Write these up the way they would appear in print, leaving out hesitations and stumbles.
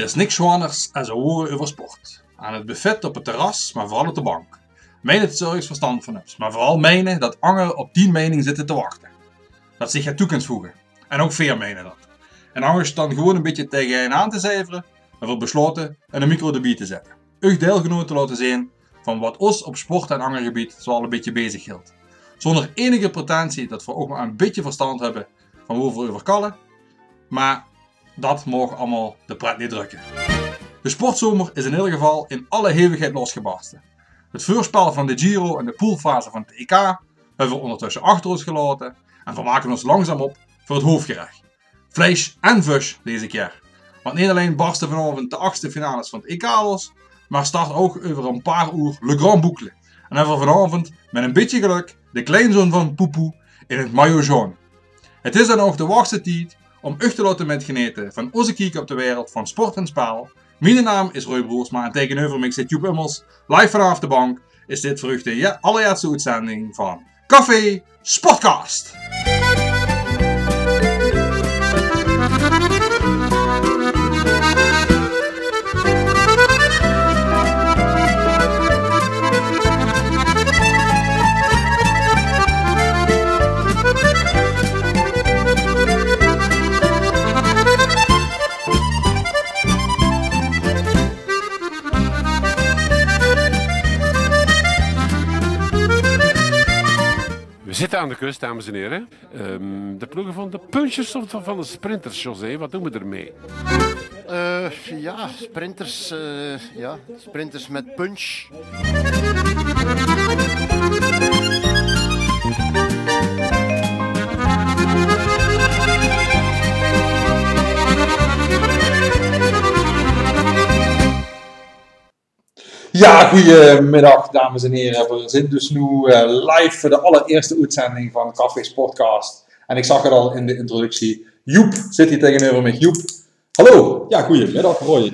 is niks zwaners en zo horen over sport. Aan het buffet op het terras, maar vooral op de bank. Mijnen het zorgs verstand van hebt, maar vooral mijnen dat Anger op die mening zitten te wachten. Dat zich het toe kunt voegen. En ook Veer mijnen dat. En Anger dan gewoon een beetje tegen hen aan te cijferen, en voor besloten en een micro erbij te zetten. Uw deelgenoten te laten zien van wat ons op sport- en Angergebied zoal een beetje bezig hield. Zonder enige pretentie dat we ook maar een beetje verstand hebben van hoe we over kallen. Maar dat mogen allemaal de pret niet drukken. De sportzomer is in ieder geval in alle hevigheid losgebarsten. Het voorspel van de Giro en de poolfase van het EK hebben we ondertussen achter ons gelaten en vermaken ons langzaam op voor het hoofdgerecht. Vlees en vis deze keer. Want niet alleen barsten vanavond de 8e finales van het EK los, maar start ook over een paar uur Le Grand Boucle. En hebben we vanavond met een beetje geluk de kleinzoon van Poepoe in het maillot jaune. Het is dan ook de wachtste tijd om u te laten metgenieten van onze kijk op de wereld van sport en spel. Mijn naam is Roy Broersma en tegenover mij zit Joep Ummels. Live vanaf de bank is dit voor u de allereerste uitzending van Café Sportcast. We zitten aan de kust, dames en heren. De ploegen van de punchers of van de sprinters, José, wat doen we ermee? Sprinters met punch. Ja, goedemiddag dames en heren. We zijn dus nu live voor de allereerste uitzending van Café Sportcast. En ik zag het al in de introductie. Joep zit hier tegenover mij. Joep, hallo. Ja, goedemiddag Roy.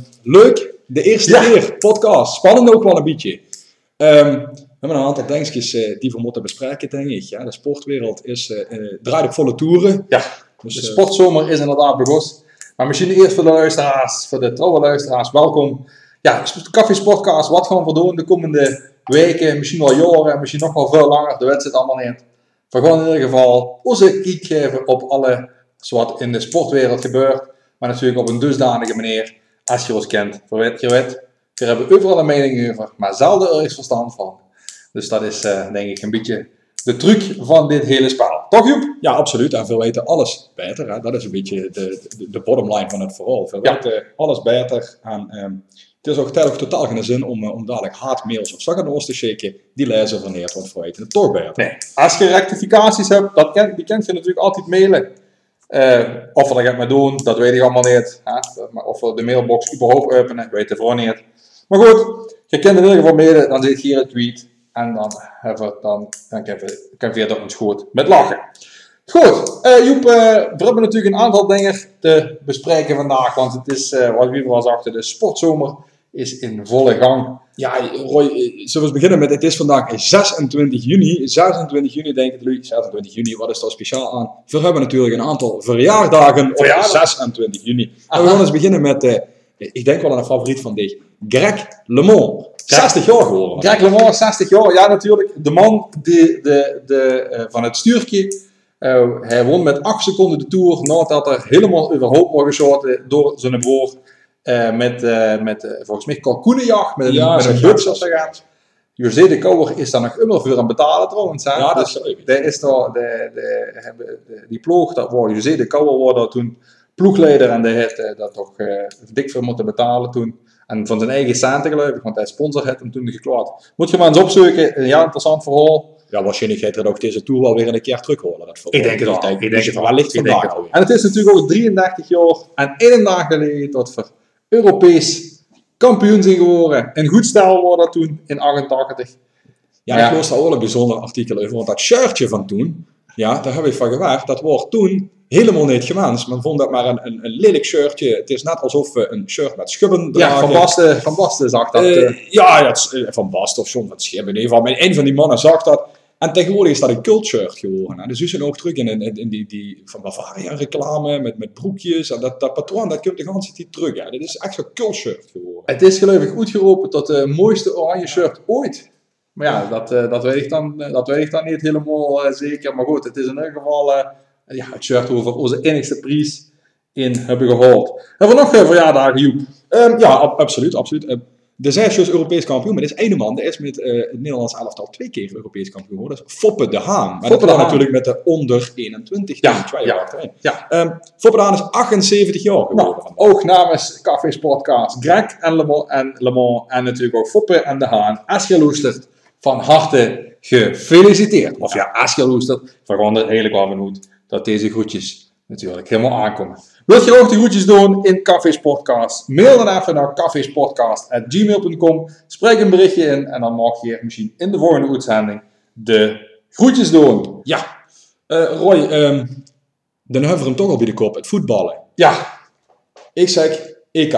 Leuk, de eerste keer podcast. Spannend ook wel een beetje. We hebben een aantal dingetjes die we moeten bespreken, denk ik. Ja, de sportwereld draait op volle toeren. Ja, dus de sportzomer is inderdaad begonnen. Maar misschien eerst voor de luisteraars, voor de trouwe luisteraars, welkom. Ja, Café Sportcast, wat gaan we doen de komende weken, misschien wel jaren, misschien nog wel veel langer, de wedstrijd allemaal niet. We gaan in ieder geval onze kijk geven op alles wat in de sportwereld gebeurt, maar natuurlijk op een dusdanige manier, als je ons kent. Je weet, we hebben overal een mening over, maar zelden er is verstand van. Dus dat is denk ik een beetje de truc van dit hele spel. Toch Joep? Ja, absoluut. En veel weten alles beter. Hè? Dat is een beetje de bottom line van het verhaal. Veel weten alles beter. En het is ook totaal geen zin om dadelijk haatmails of zaken ons te shaken. Die lezen van neer wat voor weten het toch beter. Nee. Als je rectificaties hebt, die kent je natuurlijk altijd mailen. Of we dat gaat maar doen, dat weet ik allemaal niet. Hè? Of we de mailbox überhaupt openen, weet ik voor niet. Maar goed, je kent in ieder geval mailen, dan zit hier een tweet. En dan kan je dat ons goed met lachen. Goed, Joep, we hebben natuurlijk een aantal dingen te bespreken vandaag. Want het is, wat we al zagen, de sportzomer is in volle gang. Ja, Roy, zullen we beginnen met, het is vandaag 26 juni. 26 juni denk ik, 26 juni, wat is daar speciaal aan? We hebben natuurlijk een aantal verjaardagen op 26 juni. En we gaan eens beginnen met, ik denk wel een favoriet van dich, Greg LeMond. 60 jaar geworden. Greg LeMond, 60 jaar, ja natuurlijk. De man van het stuurtje. Hij won met 8 seconden de Tour nadat er helemaal overhoop was geschoten door zijn broer. Met volgens mij kalkoenenjacht, met een buks op te gaan. José de Kouwer is daar nog immer voor aan betalen trouwens. Hè? Ja, dus daar is die ploeg, dat was José de Kouwer, was daar toen ploegleider en die heeft dat toch dik voor moeten betalen toen. En van zijn eigen centen geloof ik, want hij sponsor heeft hem toen geklaard. Moet je maar eens opzoeken, ja, interessant verhaal. Ja, waarschijnlijk gaat er ook deze Tour wel weer een keer terugholen. Ik denk het wel. Ik denk het wel licht vandaag. En het is natuurlijk ook 33 jaar en 1 dag geleden dat we Europees kampioen zijn geworden. En goed stel worden dat toen in 88. Ja, ik las daar wel een bijzonder artikel over, want dat shirtje van toen, ja, daar heb ik van gewaard, dat wordt toen helemaal niet gewenst. Men vond dat maar een lelijk shirtje. Het is net alsof we een shirt met schubben dragen. Ja, Van Basten zag dat. Van Basten of John van Schibben. In ieder geval, een van die mannen zag dat. En tegenwoordig is dat een cultshirt geworden. Hè. Dus u zijn ook terug in die van Bavaria reclame met broekjes. En dat patroon, dat komt de hele tijd terug. Hè. Dit is echt zo'n cultshirt geworden. Het is gelukkig goed geroepen tot de mooiste oranje shirt ooit. Maar ja, dat weet ik dan niet helemaal zeker. Maar goed, het is in ieder geval het shirt over onze innigste prijs in hebben gehaald. Hebben we nog verjaardagen, Joep? Absoluut. De zij is Europees kampioen, maar dit is ene man. Die is met het Nederlands elftal 2 keer Europees kampioen geworden. Dat is Foppe de Haan. Maar dat was natuurlijk met de onder 21 team. Foppe de Haan is 78 jaar geworden. Ook namens Café Sportcast, Greg en Le Mans en natuurlijk ook Foppe en de Haan. Als je luistert, van harte gefeliciteerd. Of ja, als je luistert, verandert eigenlijk wel benieuwd dat deze groetjes natuurlijk helemaal aankomen. Wilt je ook die groetjes doen in Café Sportcast? Mail dan even naar cafesportcast@gmail.com. Spreek een berichtje in en dan mag je misschien in de volgende uitzending de groetjes doen. Ja. Roy, dan hebben we hem toch al bij de kop. Het voetballen. Ja. Ik zeg EK.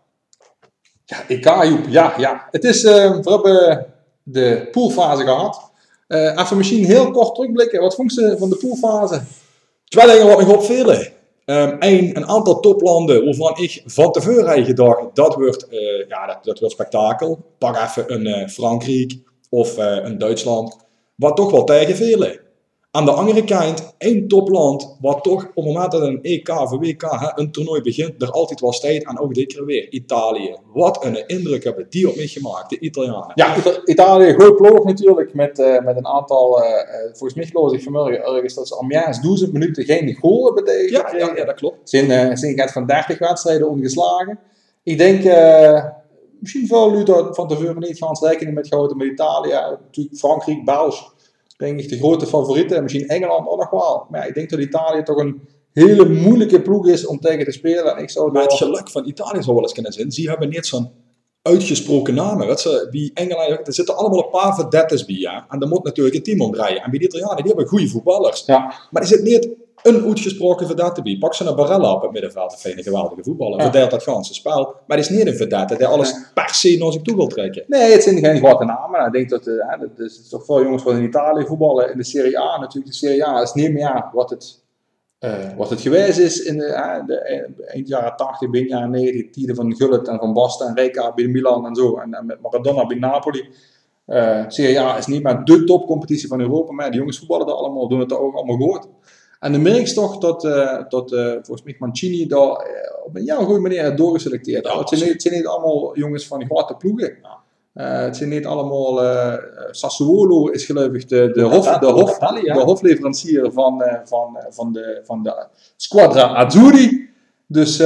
Ja, EK, Joep. Ja. Het is, we hebben de poolfase gehad. Even misschien heel kort terugblikken. Wat vond je van de poolfase? 2 dingen wat me opvielen. Een aantal toplanden waarvan ik van tevoren had gedacht, dat wordt spektakel. Pak even een Frankrijk of een Duitsland, wat toch wel tegenvielen. Aan de andere kant, 1 topland, wat toch op het moment dat een EK of WK een toernooi begint, er altijd wel staat en ook dit keer weer Italië. Wat een indruk hebben die op mij gemaakt, de Italianen. Ja, Italië goed ploeg natuurlijk met een aantal, volgens mij geloof ik vanmorgen ergens dat ze Amiens 1000 minuten geen goal hebben tegengekregen. Ja, dat klopt. Ze gaat van 30 wedstrijden ongeslagen. Ik denk, misschien veel jullie van tevoren niet gaan rekening met gehouden met Italië. Natuurlijk Frankrijk, België. Denk ik de grote favorieten. Misschien Engeland ook nog wel. Maar ja, ik denk dat Italië toch een hele moeilijke ploeg is om tegen te spelen. En ik zou maar het geluk van Italië zou wel eens kunnen zijn. Ze hebben niet zo'n uitgesproken namen. Weet je, bij Engeland, er zitten allemaal een paar verdettes bij. Ja? En daar moet natuurlijk een team omdraaien. En bij de Italianen, die hebben goede voetballers. Ja. Maar er zit niet een uitgesproken verdette bij. Pak ze een Barella op het middenveld. Dat vind ik een geweldige voetballer. Verdeelt dat ganse spel. Maar het is niet een verdette die alles per se naar zich toe wil trekken. Nee, het zijn geen grote namen. Ik denk dat er is toch veel jongens van in Italië voetballen. In de Serie A natuurlijk. De Serie A is niet meer wat het geweest is in de eind jaren 80, begin jaren 90. Tijden van Gullit en van Basten en Rijka bij Milan en zo. En met Maradona bij Napoli. Serie A is niet meer de topcompetitie van Europa. Maar de jongens voetballen daar allemaal. Doen het daar ook allemaal goed. En dan merk je toch dat volgens mij Mancini daar op een goede manier heeft doorgeselecteerd. Ja, het zijn niet allemaal jongens van grote ploegen. Ja. Het zijn niet allemaal... Sassuolo is geloof ik de hofleverancier van de Squadra Azzurri. Dus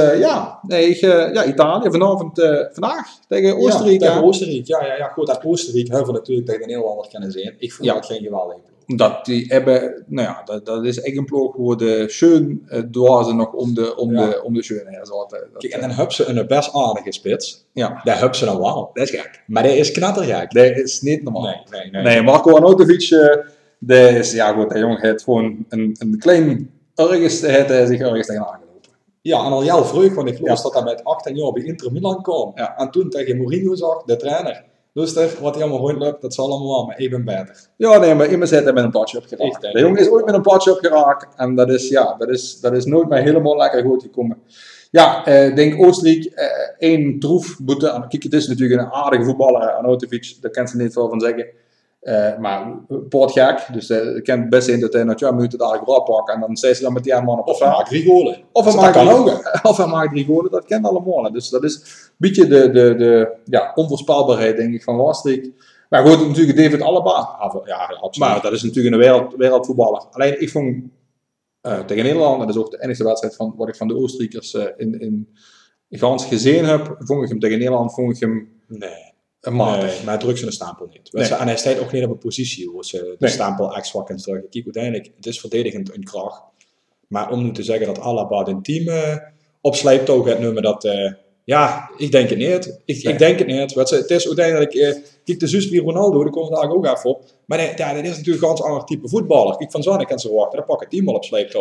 Italië vandaag tegen Oostenrijk. Tegen Oostenrijk, ja. Goed, dat Oostenrijk hebben we natuurlijk tegen de Nederlander kunnen zien. Ik vond dat geen geweldige ploeg. Dat die hebben, dat is echt een ploeg waar de Schön dwazen nog om de Schön heen zaten. Kijk, en dan hebben ze een best aardige spits. Ja. Daar hebben ze dan wel. Dat is gek. Maar die is knettergek. Dat is niet normaal. Nee. Marco Arnautovic, die is, die jongen heeft gewoon een klein ergens, zich ergens tegenaan gelopen. Ja, en al heel vroeg, want ik geloof dat hij met 18 jaar bij Inter Milan kwam. Ja. En toen tegen Mourinho zag, de trainer. Dus wat hij allemaal rondloopt, dat zal allemaal wel, maar ik ben beter. Ja, nee, maar iemand zit er met een padje op geraakt. De jongen is ooit met een padje op geraakt. En dat is nooit meer helemaal lekker goed gekomen. Ja, ik denk Oostenrijk, 1 troef. Kijk, het is natuurlijk een aardige voetballer, Arnautovic. Daar kan ze niet veel van zeggen. Maar pootgek, dus het kan best zijn dat hij na 2 minuten dadelijk wel pakken en dan zijn ze dan met die man op of hij maakt 3 golen. Of hij maakt 3 golen, dat kan allemaal. Dus dat is een beetje de onvoorspelbaarheid, denk ik, van Oostenrijk. Maar goed, natuurlijk David Alaba. Ja, absoluut. Maar dat is natuurlijk een wereldvoetballer. Alleen ik vond tegen Nederland, en dat is ook de enige wedstrijd van wat ik van de Oostenrijkers in gans gezien heb, vond ik hem tegen Nederland, Nee, matig. maar hij drukt zijn stapel niet. Nee. En hij staat ook niet op een positie waar ze de stapel echt zwak in drukken. Kijk, uiteindelijk, het is verdedigend een kracht. Maar om nu te zeggen dat Alaba een team op sleeptouw gaat nemen, dat... ik denk het niet. Ik denk het niet. Het is uiteindelijk... kijk, de zus wie Ronaldo, daar komt vandaag ook even op. Maar dat is natuurlijk een ganz ander type voetballer. Kijk, Van Zanneck en zo wachten, dan pak het team al op sleeptouw.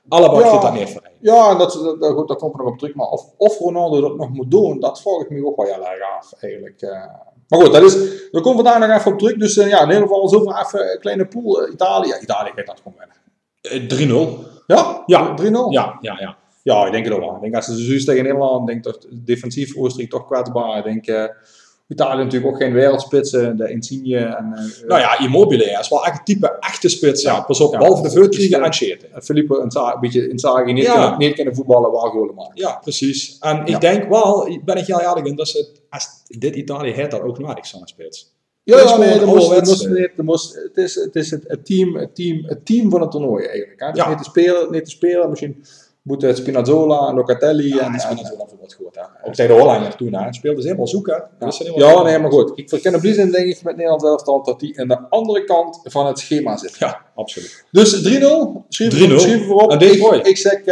Allebei zit dat niet voor. Ja, en daar komt er nog op terug. Maar of Ronaldo dat nog moet doen, dat vraag ik me ook wel heel erg af eigenlijk. Maar goed, daar komen we daar nog even op terug. Dus in ieder geval zover even een kleine pool. Italië gaat dat gewoon winnen. 3-0. Ja? Ja. 3-0? Ja. Ja, ik denk het ook wel. Ik denk als ze Zuid tegen Nederland, denk dat defensief Oostenrijk toch kwetsbaar. Ik denk Italië natuurlijk ook geen wereldspitsen, de Insigne en... Nou ja, Immobile is wel echt een type echte spits. Ja, pas op, Ja. behalve de veut kriegen en shit. Filippo een beetje Inzaghi Ja. niet kunnen voetballen, wel goalen maken. Ja, precies. En Ja. ik denk wel, ben ik heel eerlijk in, dat ze, als dit Italië heeft dat ook nodig, zo'n spits. Ja, Dat is nee, gewoon het is het team van het toernooi eigenlijk. Hè? Het is Ja. niet te spelen. Misschien moeten Spinazzola, Locatelli en... Spinazzola voor wat goed, hè. Ook tegen de Hollander toen, hè. Speelde ze helemaal zoeken. Ja, nee, maar goed. Ik verken blij zijn, denk ik, met Nederland elftal dat die aan de andere kant van het schema zit. Ja, absoluut. Dus 3-0. Schrijven we op. En dit mooi.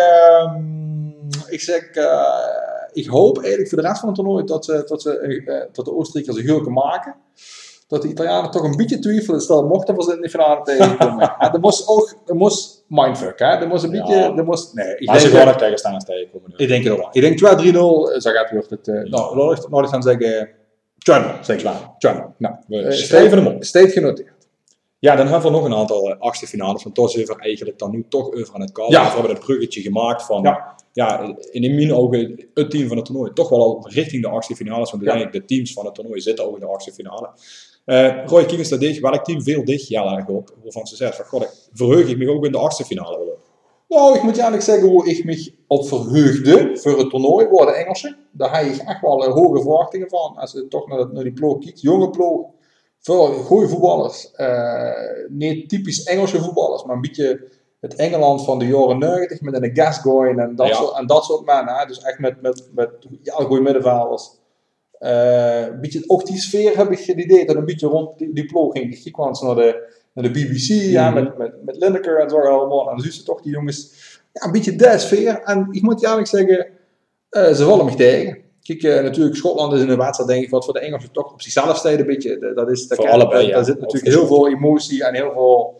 Ik hoop eigenlijk voor de rest van het toernooi dat de Oostenrijkers een gulke maken. Dat de Italianen toch een beetje twijfelen. Stel, mochten we ze in de finale tegenkomen. Ja, er moest mindfuck, hè. Er moest een beetje... Ja. Ik Maar ze denk gewoon nog tegenstanders tegenkomen. ik denk het ook wel. Ik denk 2-3-0, zo gaat het. Nou, ik gaan zeggen 2-0, zeg ik maar. 2-0. Nou, We schrijven hem op. Steeds genoteerd. Ja, dan hebben we nog een aantal achtste finales. Want toch zijn we eigenlijk dan nu toch over aan het kader. Ja. We hebben het bruggetje gemaakt van... Ja. Ja, in mijn ogen het team van het toernooi toch wel al richting de achtste finales. Want Ja. uiteindelijk de teams van het toernooi zitten ook in de achtste finale. Roy, kijk eens naar dicht. Welk team veel dicht? Ja, erg op. Waarvan ze zegt, van god, ik verheug ik me ook in de achtste finale wel op. Nou, ik moet je eigenlijk zeggen hoe ik me op verheugde voor het toernooi voor de Engelsen. Daar heb ik echt wel hoge verwachtingen van. Als je toch naar die ploeg kijkt. Jonge ploeg. Veel goede voetballers. Niet typisch Engelse voetballers, maar een beetje het Engeland van de jaren 90 met een Gascoigne en dat soort mannen. Hè. Dus echt met goede middenvelders. Een beetje ook die sfeer heb ik het idee dat een beetje rond die ploeg ging. Ik kwam eens naar de BBC, ja, met Lineker en zo allemaal. En dan zie je toch die jongens, ja, een beetje de sfeer. En ik moet je eigenlijk zeggen, ze vallen me tegen. Kijk, natuurlijk, Schotland is in de wedstrijd, denk ik, wat voor de Engelsen toch op zichzelf staat een beetje. Daar zit natuurlijk heel veel emotie en heel veel,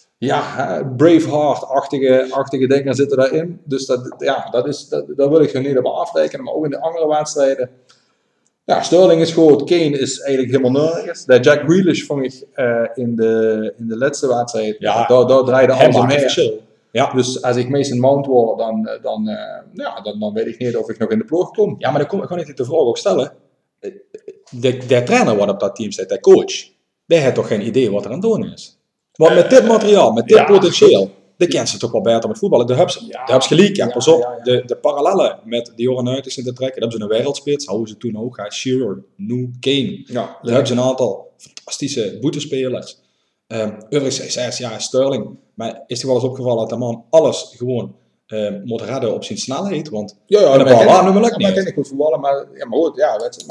Braveheart-achtige dingen zitten daarin. Dus daar wil ik er niet op afrekenen. Maar ook in de andere wedstrijden. Ja, Sterling is goed, Kane is eigenlijk helemaal nergens. De Jack Grealish vond ik in de laatste wedstrijd, daar draaide alles omheen. Ja. Dus als ik Mason Mount word, dan weet ik niet of ik nog in de ploeg kom. Ja, maar dan kan ik de vraag ook stellen. De trainer wat op dat team zit, de coach, die heeft toch geen idee wat er aan het doen is. Want met dit materiaal, met dit potentieel, die kent ze toch wel beter met voetballen. Daar hebben ze gelijk, ja, pas op. De parallellen met de Joran Uytens in te trekken, daar hebben ze een wereldspits, houden ze toen ook, Shearer, Nu, Kane. Ja, Daar hebben ze een aantal fantastische boetespelers. Overigens zei Sterling, maar is toch wel eens opgevallen dat de man alles gewoon moet redden op zijn snelheid, want dat niet. ken ik goed voetballen, maar goed,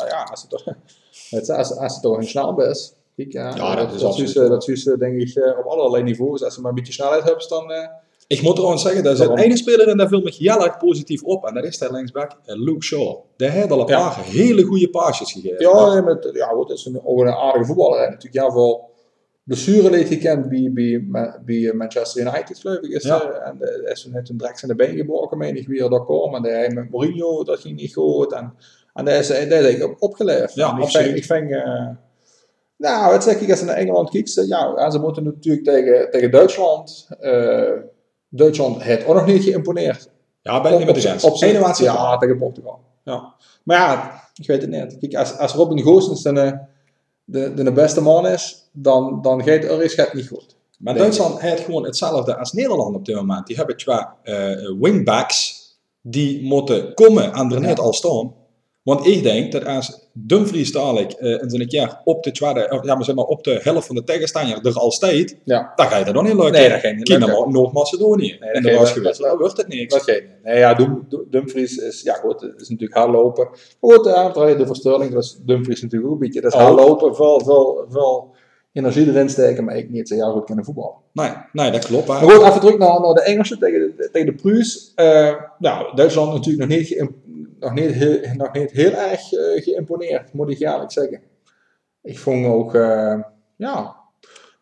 als ze toch een snel best. Dat is denk ik op allerlei niveaus. Als ze maar een beetje snelheid hebben, dan... Ik moet trouwens zeggen, er zit één speler in daar viel me heel erg positief op. En dat is de linksback Luke Shaw. Die heeft al een paar hele goede paasjes gegeven. Dat is ook een aardige voetballer. Hè. Natuurlijk heel veel blessureleed gekend bij Manchester United, geloof ik. En hij is net een dreks in de been gebroken, meen ik, wie er daar kwam. En hij met Mourinho, dat ging niet goed. En hij is eigenlijk opgeleefd. Ja, absoluut. Ik vind... wat zeg ik als ze naar Engeland kijkt? Ze moeten natuurlijk tegen Duitsland. Duitsland heeft ook nog niet geïmponeerd. Ja, ben ik niet met de op zijn wedstrijd. Ja, tegen Portugal. Ja. Maar ja, ik weet het niet. Kijk, als Robin Gosens de beste man is, dan gaat het niet goed. Maar Duitsland heeft gewoon hetzelfde als Nederland op dit moment. Die hebben twee wingbacks die moeten komen en er net al staan. Want ik denk dat als Dumfries dadelijk in zijn keer op de tweede, op de helft van de tegenstander er al staat, dan ga je dat dan niet lukken. Nee, dat ga je niet lukken. Kijk Noord-Macedonië. Nee, en dat was geweest. Dan wordt het niks. Dat gaat niet. Nee, ja, Dumfries is, het is natuurlijk hardlopen. Maar goed, de verstelling, dat is Dumfries natuurlijk ook een beetje. Dat is hardlopen, veel energie erin steken, maar ik niet zo heel goed kunnen voetballen. Nee, dat klopt. Maar goed, even terug naar de Engelsen tegen de Pruis. Duitsland natuurlijk nog niet heel erg geïmponeerd, moet ik eerlijk zeggen. Ik vond ook,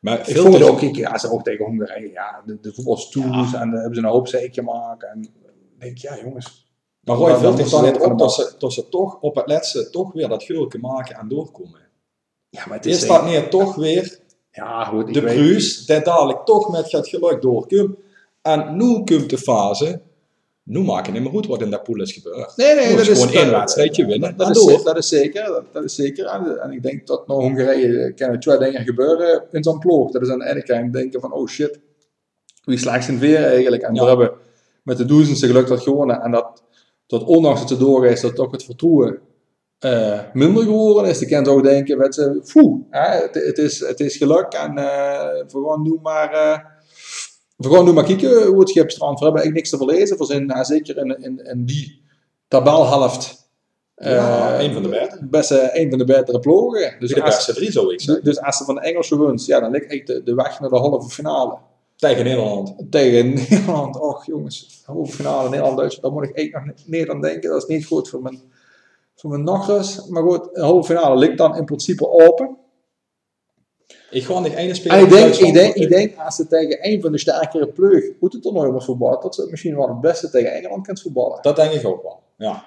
Maar Ik veel vond te het ook, ze ook tegen Hongarije, de voetbalstoels en daar hebben ze een hoop zeker maken. En ik denk, ja jongens. Maar Roy, dat valt moest het dan ze niet van op de dat ze toch op het laatste toch weer dat gulke maken en doorkomen? Ja, maar het Is dat niet toch weer Ja, goed, de ik weet. Bruus, dat dadelijk toch met het geluk doorkomt? En nu komt de fase, nu maak je niet meer goed wat in dat pool is gebeurd. Nee, Nu dat is is gewoon één wedstrijdje winnen Dat en is, door. dat is zeker. Dat is zeker. En ik denk dat naar Hongarije kunnen twee dingen gebeuren in zo'n ploeg. Dat is aan de ene kant denken van, oh shit, wie slaagt in veer eigenlijk? En Ja. we hebben met de duizendste geluk dat gewonnen. En dat ondanks dat ze doorgeeft, dat toch het vertrouwen minder geworden is. De kan ook denken, het is geluk en we gaan nu maar kijken hoe het schip strandt. We hebben eigenlijk niks te verlezen. We zijn zeker in die tabelhelft Een van de betere. een van de betere ploegen. Dus de beste drie zou ik zeggen. Dus als ze van de Engelse gunst, ja, dan ligt echt de weg naar de halve finale. Tegen Nederland. Tegen Nederland. Och jongens, halve finale Nederland-Duitsland, daar moet ik echt nog niet aan denken. Dat is niet goed voor mijn nachtrust. Maar goed, de halve finale ligt dan in principe open. Ik ga niet ene spelen. En ik denk als ze tegen een van de sterkere ploeg moet het toernooi wordt voetballen, dat ze misschien wel het beste tegen Engeland kunt voetballen. Dat denk ik ook wel. Ja.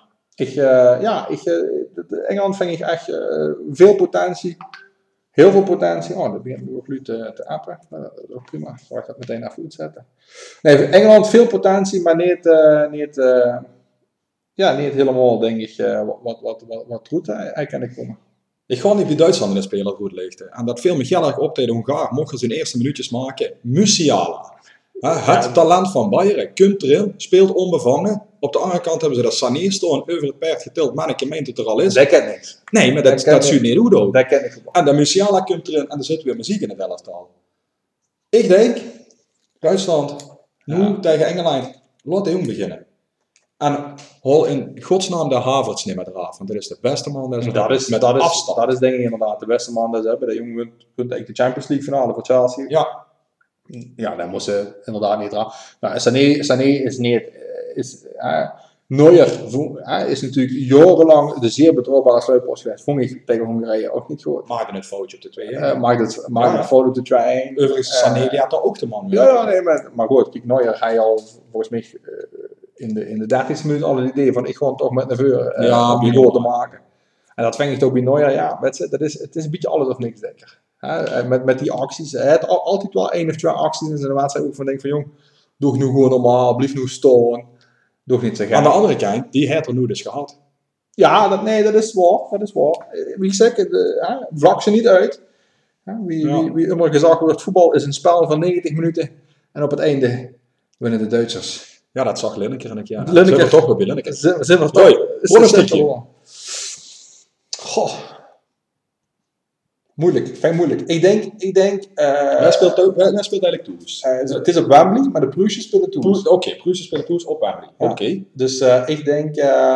Engeland vind ik echt veel potentie. Heel veel potentie. Oh, dat begint nu ook nu te appen. Dat is ook prima. Zal ik dat meteen even uitzetten. Nee, Engeland veel potentie, maar niet helemaal, denk ik, wat goed hij kan komen. Ik ga niet bij Duitsland in de speler goed lichten. En dat viel me heel erg op tegen de Hongaar. Mocht ze zijn eerste minuutjes maken. Musiala. Het talent van Bayern. Komt erin. Speelt onbevangen. Op de andere kant hebben ze dat Sané staan over het paard getild. Manneke meent dat het er al is. Dat kent niks. Nee, maar dat ziet niet goed ook. Dat ken ik gewoon. En de Musiala komt erin. En er zit weer muziek in het elftal. Ik denk, Duitsland, nu tegen Engeland, laat de jong beginnen. En hol in godsnaam de Havertz niet meer eraf. Want dat is de beste man daar met afstand. Dat is denk ik inderdaad de beste man dat ze hebben. Dat jongen kunt eigenlijk de Champions League finale voor Chelsea. Ja, daar moest ze inderdaad niet eraf. Nou, Sané is niet... Neuer is natuurlijk jarenlang de zeer betrouwbare sluitpost geweest. Vond ik tegen Hongarije ook niet goed. Maakte het foutje op de 2-1. Maakte het fout op de 2-1. Overigens, Sané die had daar ook de man mee. Nee, maar goed. Kijk, Neuer, hij al volgens mij in de 30e minuut al het idee van ik ga toch met naar voren om die goal te maken. En dat vind ik ook bij Neuer, ja, het is een beetje alles of niks, denk ik. Met die acties. Hij heeft altijd wel 1 of 2 acties in zijn wedstrijd ook van denk van jong, doe nu gewoon normaal, blijf nu staan. Doe niet te gaan. Aan de andere kant, die heeft er nu dus gehad. Ja, dat is waar. Wie zegt, vlak ze niet uit. Wie immer gezegd wordt, voetbal is een spel van 90 minuten en op het einde winnen de Duitsers. Ja, dat zag Lineker een keer. Lineker. Zijn we toch bij Lineker. Zijn we toch? Hoi, gewoon een stukje. Goh. Moeilijk, vind ik moeilijk. Ik denk... Hij speelt eigenlijk toes. Het is op Wembley, maar de Pruisjes spelen toes. Oké, Pruisen spelen toes op Wembley. Ja. Oké. Dus ik denk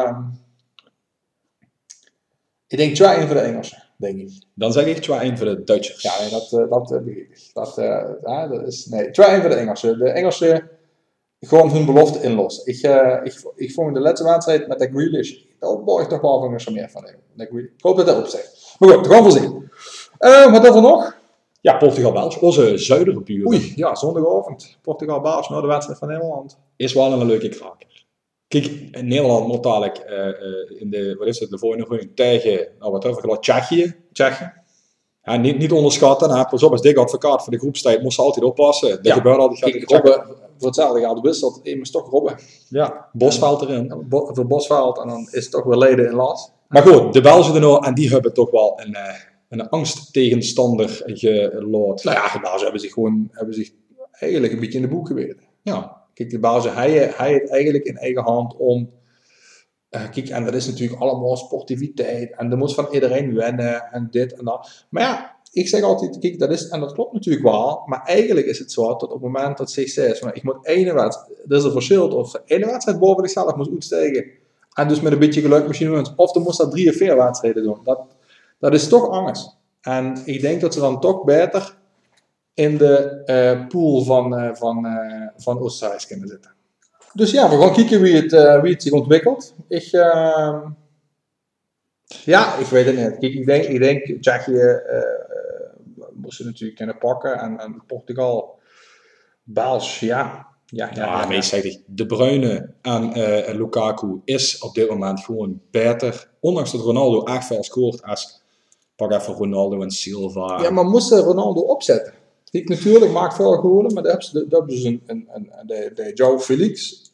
2-1 voor de Engelsen, denk ik. Dan zeg ik 2-1 voor de Duitsers. Ja, nee, dat begrijp ik. Dat is... Nee, 2-1 voor de Engelsen. De Engelsen gewoon hun belofte inlossen. Ik vond de laatste wedstrijd met de Grealish, daar word ik toch wel van meer van. Ik hoop dat dat opzegt. Maar goed, gewoon voorzien. Wat hebben we nog? Ja, Portugal-België. Onze zuidere buren. Oei, ja, zondagavond. Portugal-België, nou de wedstrijd van Nederland. Is wel een leuke kraker. Kijk, in Nederland moet dadelijk in de volgende ronde tegen, Tsjechië. Ja, niet onderschatten. Pas op, als dik advocaat voor de groepstijd moest ze altijd oppassen. Dat gebeurt altijd. Robben, voor hetzelfde gaat wisselt, immers toch Robben. Ja, Bosveld erin. Voor Bosveld en dan is het toch weer leden in last. Maar goed, de Belgen er nou, en die hebben toch wel een angsttegenstander gelood. Nou ja, de Belgen hebben zich eigenlijk een beetje in de boek geweten. Ja. Kijk, de Belgen, hij het eigenlijk in eigen hand om... kijk, en dat is natuurlijk allemaal sportiviteit. En er moet van iedereen wennen en dit en dat. Maar ja, ik zeg altijd, kijk, dat klopt natuurlijk wel. Maar eigenlijk is het zo dat op het moment dat zich zegt, van, ik moet ene wedstrijd, er is een verschil of ene wedstrijd boven zichzelf moet uitstijgen. En dus met een beetje geluk misschien wint. Of dan moest dat 3 of 4 wedstrijden doen. Dat is toch angst. En ik denk dat ze dan toch beter in de pool van Oostenrijk kunnen zitten. Dus ja, we gaan kijken wie het zich ontwikkelt. Ik weet het niet. Kijk, ik denk Tsjechië moest ze natuurlijk kunnen pakken. En Portugal, Baals, ja. Maar zeg ik, De Bruyne en Lukaku is op dit moment gewoon beter. Ondanks dat Ronaldo echt veel scoort als, pak even Ronaldo en Silva. Ja, maar moesten Ronaldo opzetten? Die natuurlijk maakt veel goalen, maar dat hebben ze de João Felix,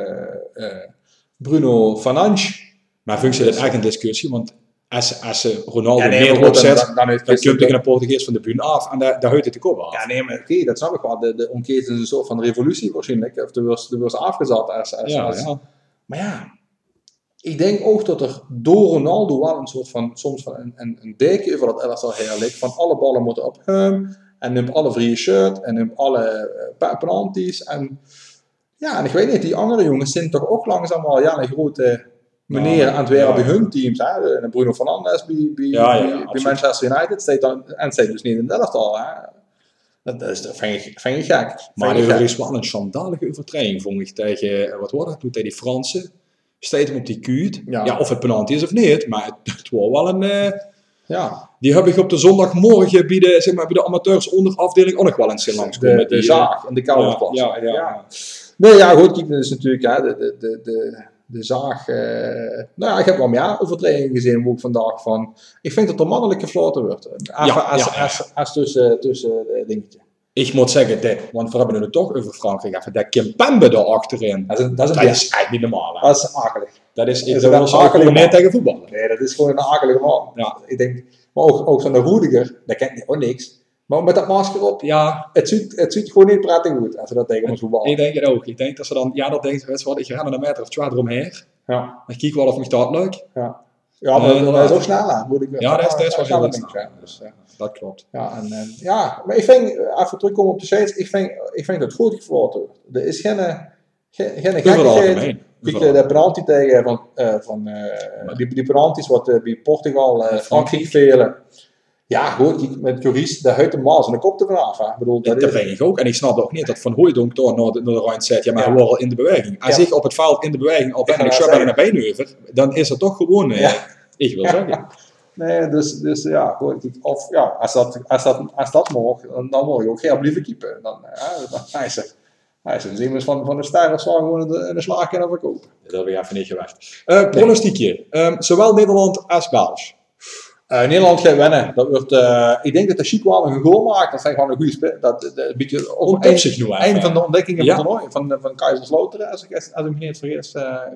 Bruno Fernandes. Maar functie dat echt een discussie, want als ze Ronaldo meer opzet, dan kun je tegen een Portugees van de bühne af en daar houdt het de kop af. Ja, nee, maar oké, dat snap ik wel. De omketen is een soort van revolutie waarschijnlijk. Of de wordt afgezet als. Maar ja, ik denk ook dat er door Ronaldo wel een soort van, soms van een deken over dat elftal heen ligt. Van alle ballen moeten op hem. En neemt alle vrije shirt. En neemt alle penalties. En ja, en ik weet niet, die andere jongens zijn toch ook langzaam wel een grote meneer aan het werken bij hun teams. Hè? En Bruno Fernandes bij Manchester United. Staat dus niet in het elftal. Hè? Dat vind ik gek. Maar er is wel een schandalige overtreding, vond ik, tegen, wat was dat, toen tegen die Fransen. Steed hem op die kuut. Ja, of het penalty is of niet, maar het was wel een... Die heb ik op de zondagmorgen bij de amateurs onderafdeling ook nog wel eens langskomen. De zaag in de koude Ja. Nee, ja, goed, kijk, dat is natuurlijk de zaag. Ik heb wel meer overtredingen gezien ook vandaag van. Ik vind dat er mannelijk gefloten wordt. Als tussen dingetje. Ik moet zeggen, want we hebben het toch over Frankrijk. Even dat Kimpembe daar achterin. Dat is eigenlijk niet normaal. Hè? Dat is akelig. Dat is akelig meer tegen voetballen. Nee, dat is gewoon een akelige man. Ja. Ik denk, maar ook zo'n Rudiger, dat kent ook niks. Maar met dat masker op, het ziet gewoon niet prettig uit als ze dat tegen ons voetballen. Ik denk het ook. Ik denk dat ze dan, dat denken ze, ik ga er een meter of 2 eromheen. Ja. Ik kijk wel of me dat leuk. Ja. Ja, maar dat is ook sneller, Rudiger. Ja, dat is wel heel snel. Dus, dat klopt. Ja, maar ik vind, even terugkomen op de shades, ik vind dat het goed gefloten wordt. Er is geen gekkigheid. Kijk, de penalty tegen die penalties wat bij Portugal, Frankrijk velen. Ja, goed, met Joris, daar houdt de maas en de kop ervan af. Dat vind ik ook. En ik snap ook niet dat Van Hooijdonk door naar de rand zet. Ja, maar hij wordt al in de beweging. Als ik op het veld in de beweging al ben en ik zou bijna naar benen over, dan is het toch gewoon, ik wil zeggen. Nee, dus ja, goed. Of ja, als dat mag, dan word je ook geen blijven keeper. Dan hij is een ziemers van de ster of zo gewoon in de slaag kunnen verkopen. Dat heb ik even niet gewacht. Pronostiekje. Zowel Nederland als België. Nederland gaat winnen. Dat wordt, ik denk dat de Chic wel een goal maakt. Dat zijn gewoon een goede spel. Dat een beetje een van de ontdekkingen van het toernooi van Kaiserslautern, als ik me niet vergis.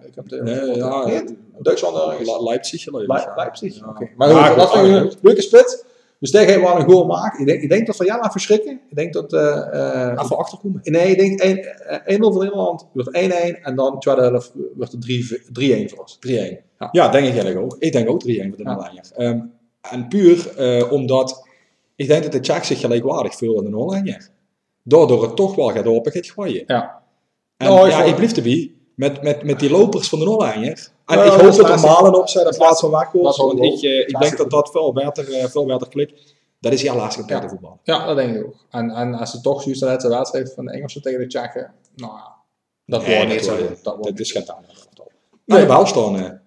Duitsland. Leipzig. Leipzig. Okay. Maar dat vind ik een leuke spits. Dus daar ga je wel een goal maken. Ik denk dat van Jana verschrikken. Ik denk dat... even achterkomen. Nee, ik denk 1-0 voor Nederland wordt 1-1 en dan tweede helft wordt het 3-1 voor ons. 3-1. Ja, denk ik eigenlijk ook. Ik denk ook 3-1 voor de Nederlanders. En puur omdat ik denk dat de Tsjech zich gelijkwaardig voelt in de Nederlanders. Daardoor het toch wel gaat open gaat gooien. Ja. En ik blijf erbij met die lopers van de Nederlanders. En ik hoop dat er Malen op zijn in plaats van Wachtgoals. Want ik denk dat veel beter klikt. Dat is jouw laatste keer de voetbal. Ja, dat denk ik ook. En als ze toch juist de wedstrijd van de Engelsen tegen de Tsjechen, nou ja, dat wordt niet zo. Dat is geen taal. Nee, wel staan.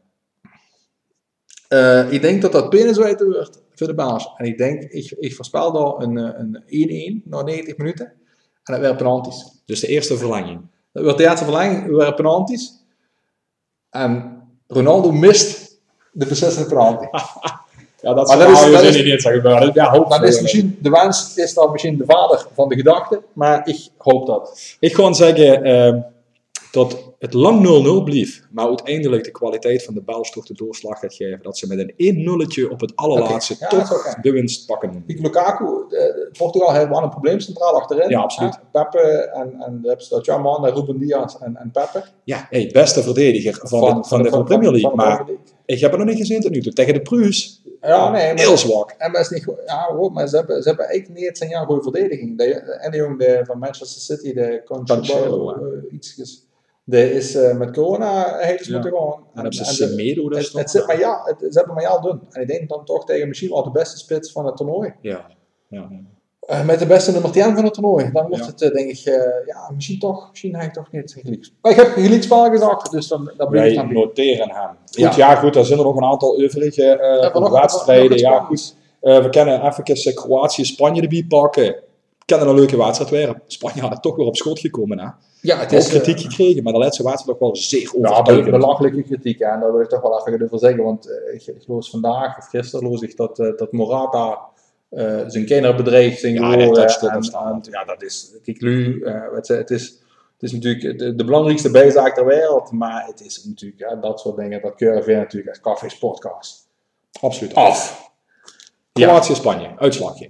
Ik denk dat dat penenswijte wordt voor de baas. En ik denk, ik voorspel daar een 1-1 na 90 minuten. En dat werd penalties. Dus de eerste verlenging. Dat wordt de eerste verlenging, weer penalties. En Ronaldo mist de beslissende penalty. Ja, dat is niet zo gebeuren. Dat is misschien, de wens is dan misschien de vader van de gedachte, maar ik hoop dat. Ik ga zeggen dat het lang 0-0 bleef, maar uiteindelijk de kwaliteit van de Belgen toch de doorslag gaat geven. Dat ze met een 1-0'tje op het allerlaatste toch de winst pakken. Lukaku, Portugal heeft wel een probleem centraal achterin. Ja, absoluut. Pepe en de Tjaman, Ruben Diaz en Pepe. Ja, beste verdediger van de Premier League. Maar ik heb het nog niet gezien tot nu toe. Tegen de Pruis. Ja, nee. Heel zwak. En maar, is niet, maar ze hebben eigenlijk niet zijn jaar goede verdediging. En de jongen van Manchester City, de Cancelo, iets. Die is met corona heeft moeten gaan. En hebben ze Semedo. Ze hebben maar ja doen. En ik denk dan toch tegen misschien wel de beste spits van het toernooi. Ja. Met de beste nummer 10 van het toernooi. Dan wordt het denk ik, misschien hij toch niet gelijk. Maar ik heb een gelijkspel gezegd, dus dan blijf ik dan noteren hem. Goed, goed, er zijn er nog een aantal overige wedstrijden. Ja, goed. We kunnen even Kroatië-Spanje erbij pakken. We kennen een leuke wedstrijd weer. Spanje had het toch weer op schot gekomen. Hè? Ja, het Ook is kritiek gekregen, maar de laatste wedstrijd toch wel zeer ja, overtuigend. belachelijke kritiek. En daar wil ik toch wel even over zeggen. Want ik las vandaag of gisteren las ik dat Morata zijn kinderen bedreigd zijn Ja, geworden. dat stopt op staan. Ja, dat is, kijk nu, het is natuurlijk de belangrijkste bijzaak ter wereld. Maar het is natuurlijk, dat soort dingen, dat keuren we natuurlijk als Café Sportcast Absoluut. af. Kroatië-Spanje, uitslagje.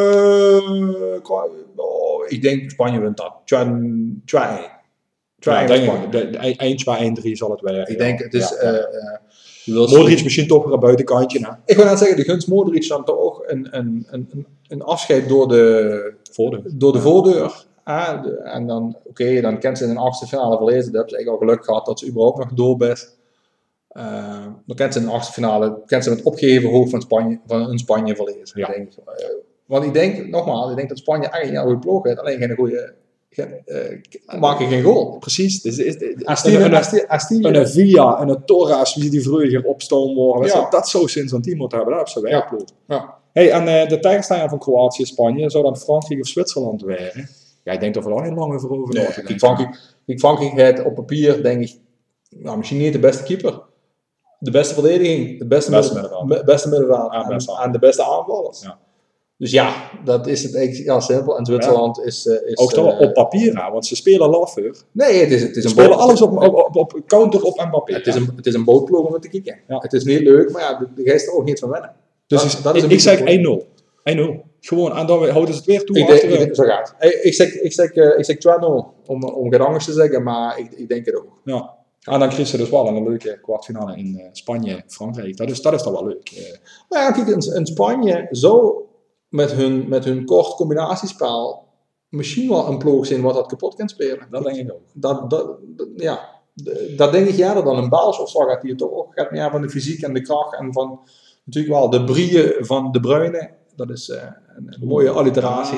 Ik denk Spanje wint dat. 2-1. 2-1 Ja, Spanje. 1-2-1-3 zal het wel. Ik denk, het is... Modric misschien toch weer een buitenkantje. Hè? Ik wil net zeggen, de gunst Modric dan toch ook een afscheid door de voordeur. En dan, dan kent ze in een achtste finale verlezen. Dat hebben ze eigenlijk al geluk gehad dat ze überhaupt nog door is. Dan kent ze in de achtste finale met opgeheven hoofd van Spanje verlezen. Ja. Denk ik. Want ik denk, nogmaals, dat Spanje eigenlijk een goede ploeg heeft. Alleen geen goede... maken geen goal. Precies. Een Villa en een Torres, wie die vroeger opstoom worden. Ja. Dat zou sinds een team moeten hebben. Dat is een ploeg. Ja. Hey, en de tegenstander van Kroatië en Spanje zou dan Frankrijk of Zwitserland zijn. Ja, ik denk dat we daar niet lang over Frankrijk heeft op papier, denk ik, misschien niet de beste keeper. De beste verdediging, de beste middenveld en de beste aanvallers. Ja. Dus ja, dat is het eigenlijk simpel. En Zwitserland is ook toch op papier, want ze spelen laffer. Nee, het is ze spelen alles op counter op Mbappé. Het is een bootploeg om het te kijken. Ja. Het is niet leuk, maar ja, de geest er ook niet van wennen. Dus dat is ik zeg 1-0. 1-0. Gewoon, en dan houden ze het weer toe. Zo gaat. Ik zeg 2-0 om geen angst te zeggen, maar ik denk het ook. Ja. En dan kreeg ze dus wel een leuke kwartfinale in Spanje-Frankrijk. Dat is dan wel leuk. Nou ja, kijk, in Spanje zo met hun kort combinatiespel misschien wel een ploeg zijn wat dat kapot kan spelen. Dat denk ik ook. Dat denk ik eerder dan een Baals of zo gaat die toch ook gaat meer van de fysiek en de kracht en van natuurlijk wel de brieën van De Bruyne. Dat is een mooie alliteratie.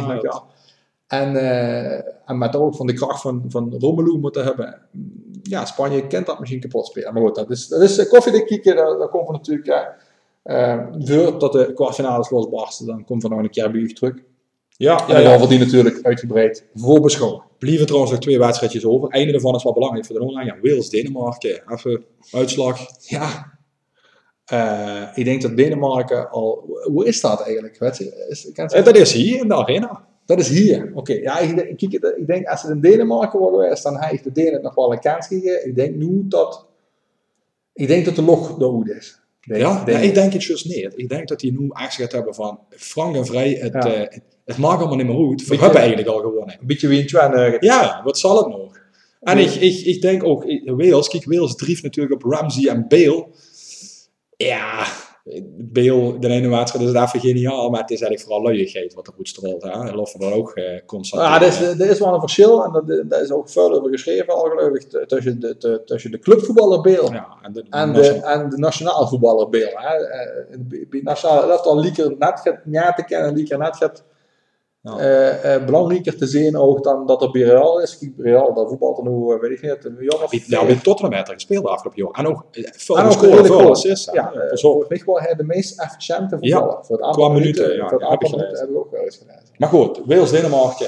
En met ook van de kracht van Romelu moeten hebben. Ja, Spanje kent dat misschien kapot spelen. Maar goed, dat is koffiedik kieken, daar komt er natuurlijk... voordat de kwartfinales losbarsten, dan komt er nog een keer bij u terug. Ja, en dan wordt die natuurlijk uitgebreid voorbeschouwen. Blijven trouwens nog 2 wedstrijdjes over. Einde daarvan is wel belangrijk voor de online. Ja, Wales-Denemarken. Even uitslag. Ja. Ik denk dat Denemarken al... Hoe is dat eigenlijk? Dat is hier in de arena. Dat is hier. Oké. Ja, ik denk als het in Denemarken wordt geweest, dan heeft de Denen nog wel een kans gegeven. Ik denk nu dat... de log dood is. Ik denk het juist niet. Ik denk dat hij nu echt gaat hebben van frank en vrij. Het maakt allemaal niet meer uit. We hebben eigenlijk al gewonnen. Een beetje wie een ja, wat zal het nog? En ik denk ook, Wales drieft natuurlijk op Ramsey en Bale. Ja, Bale, de ene wedstrijd is het even geniaal, maar het is eigenlijk vooral luiigheid wat er goed straalt. Dat loffen we ook constant. Ja, er is wel een verschil en dat is ook veel over geschreven al geloof ik, tussen de clubvoetballer Bale en de nationaal voetballer Bale. Bij nationaal elftal liever net gaat te kennen, liever net gaat belangrijker te zien ook dan dat er bij Real is. Kijk, Real, dat voetbalt er nu, weet ik niet. Bij Tottenham heeft er gespeeld afgelopen jaar. En ook veel assists. Ja, weet wel, hij de meest efficiënte voetballer. Voor het aantal minuten. Voor het aantal minuten heb ik ook wel eens gelezen. Maar goed, Wales-Denemarken.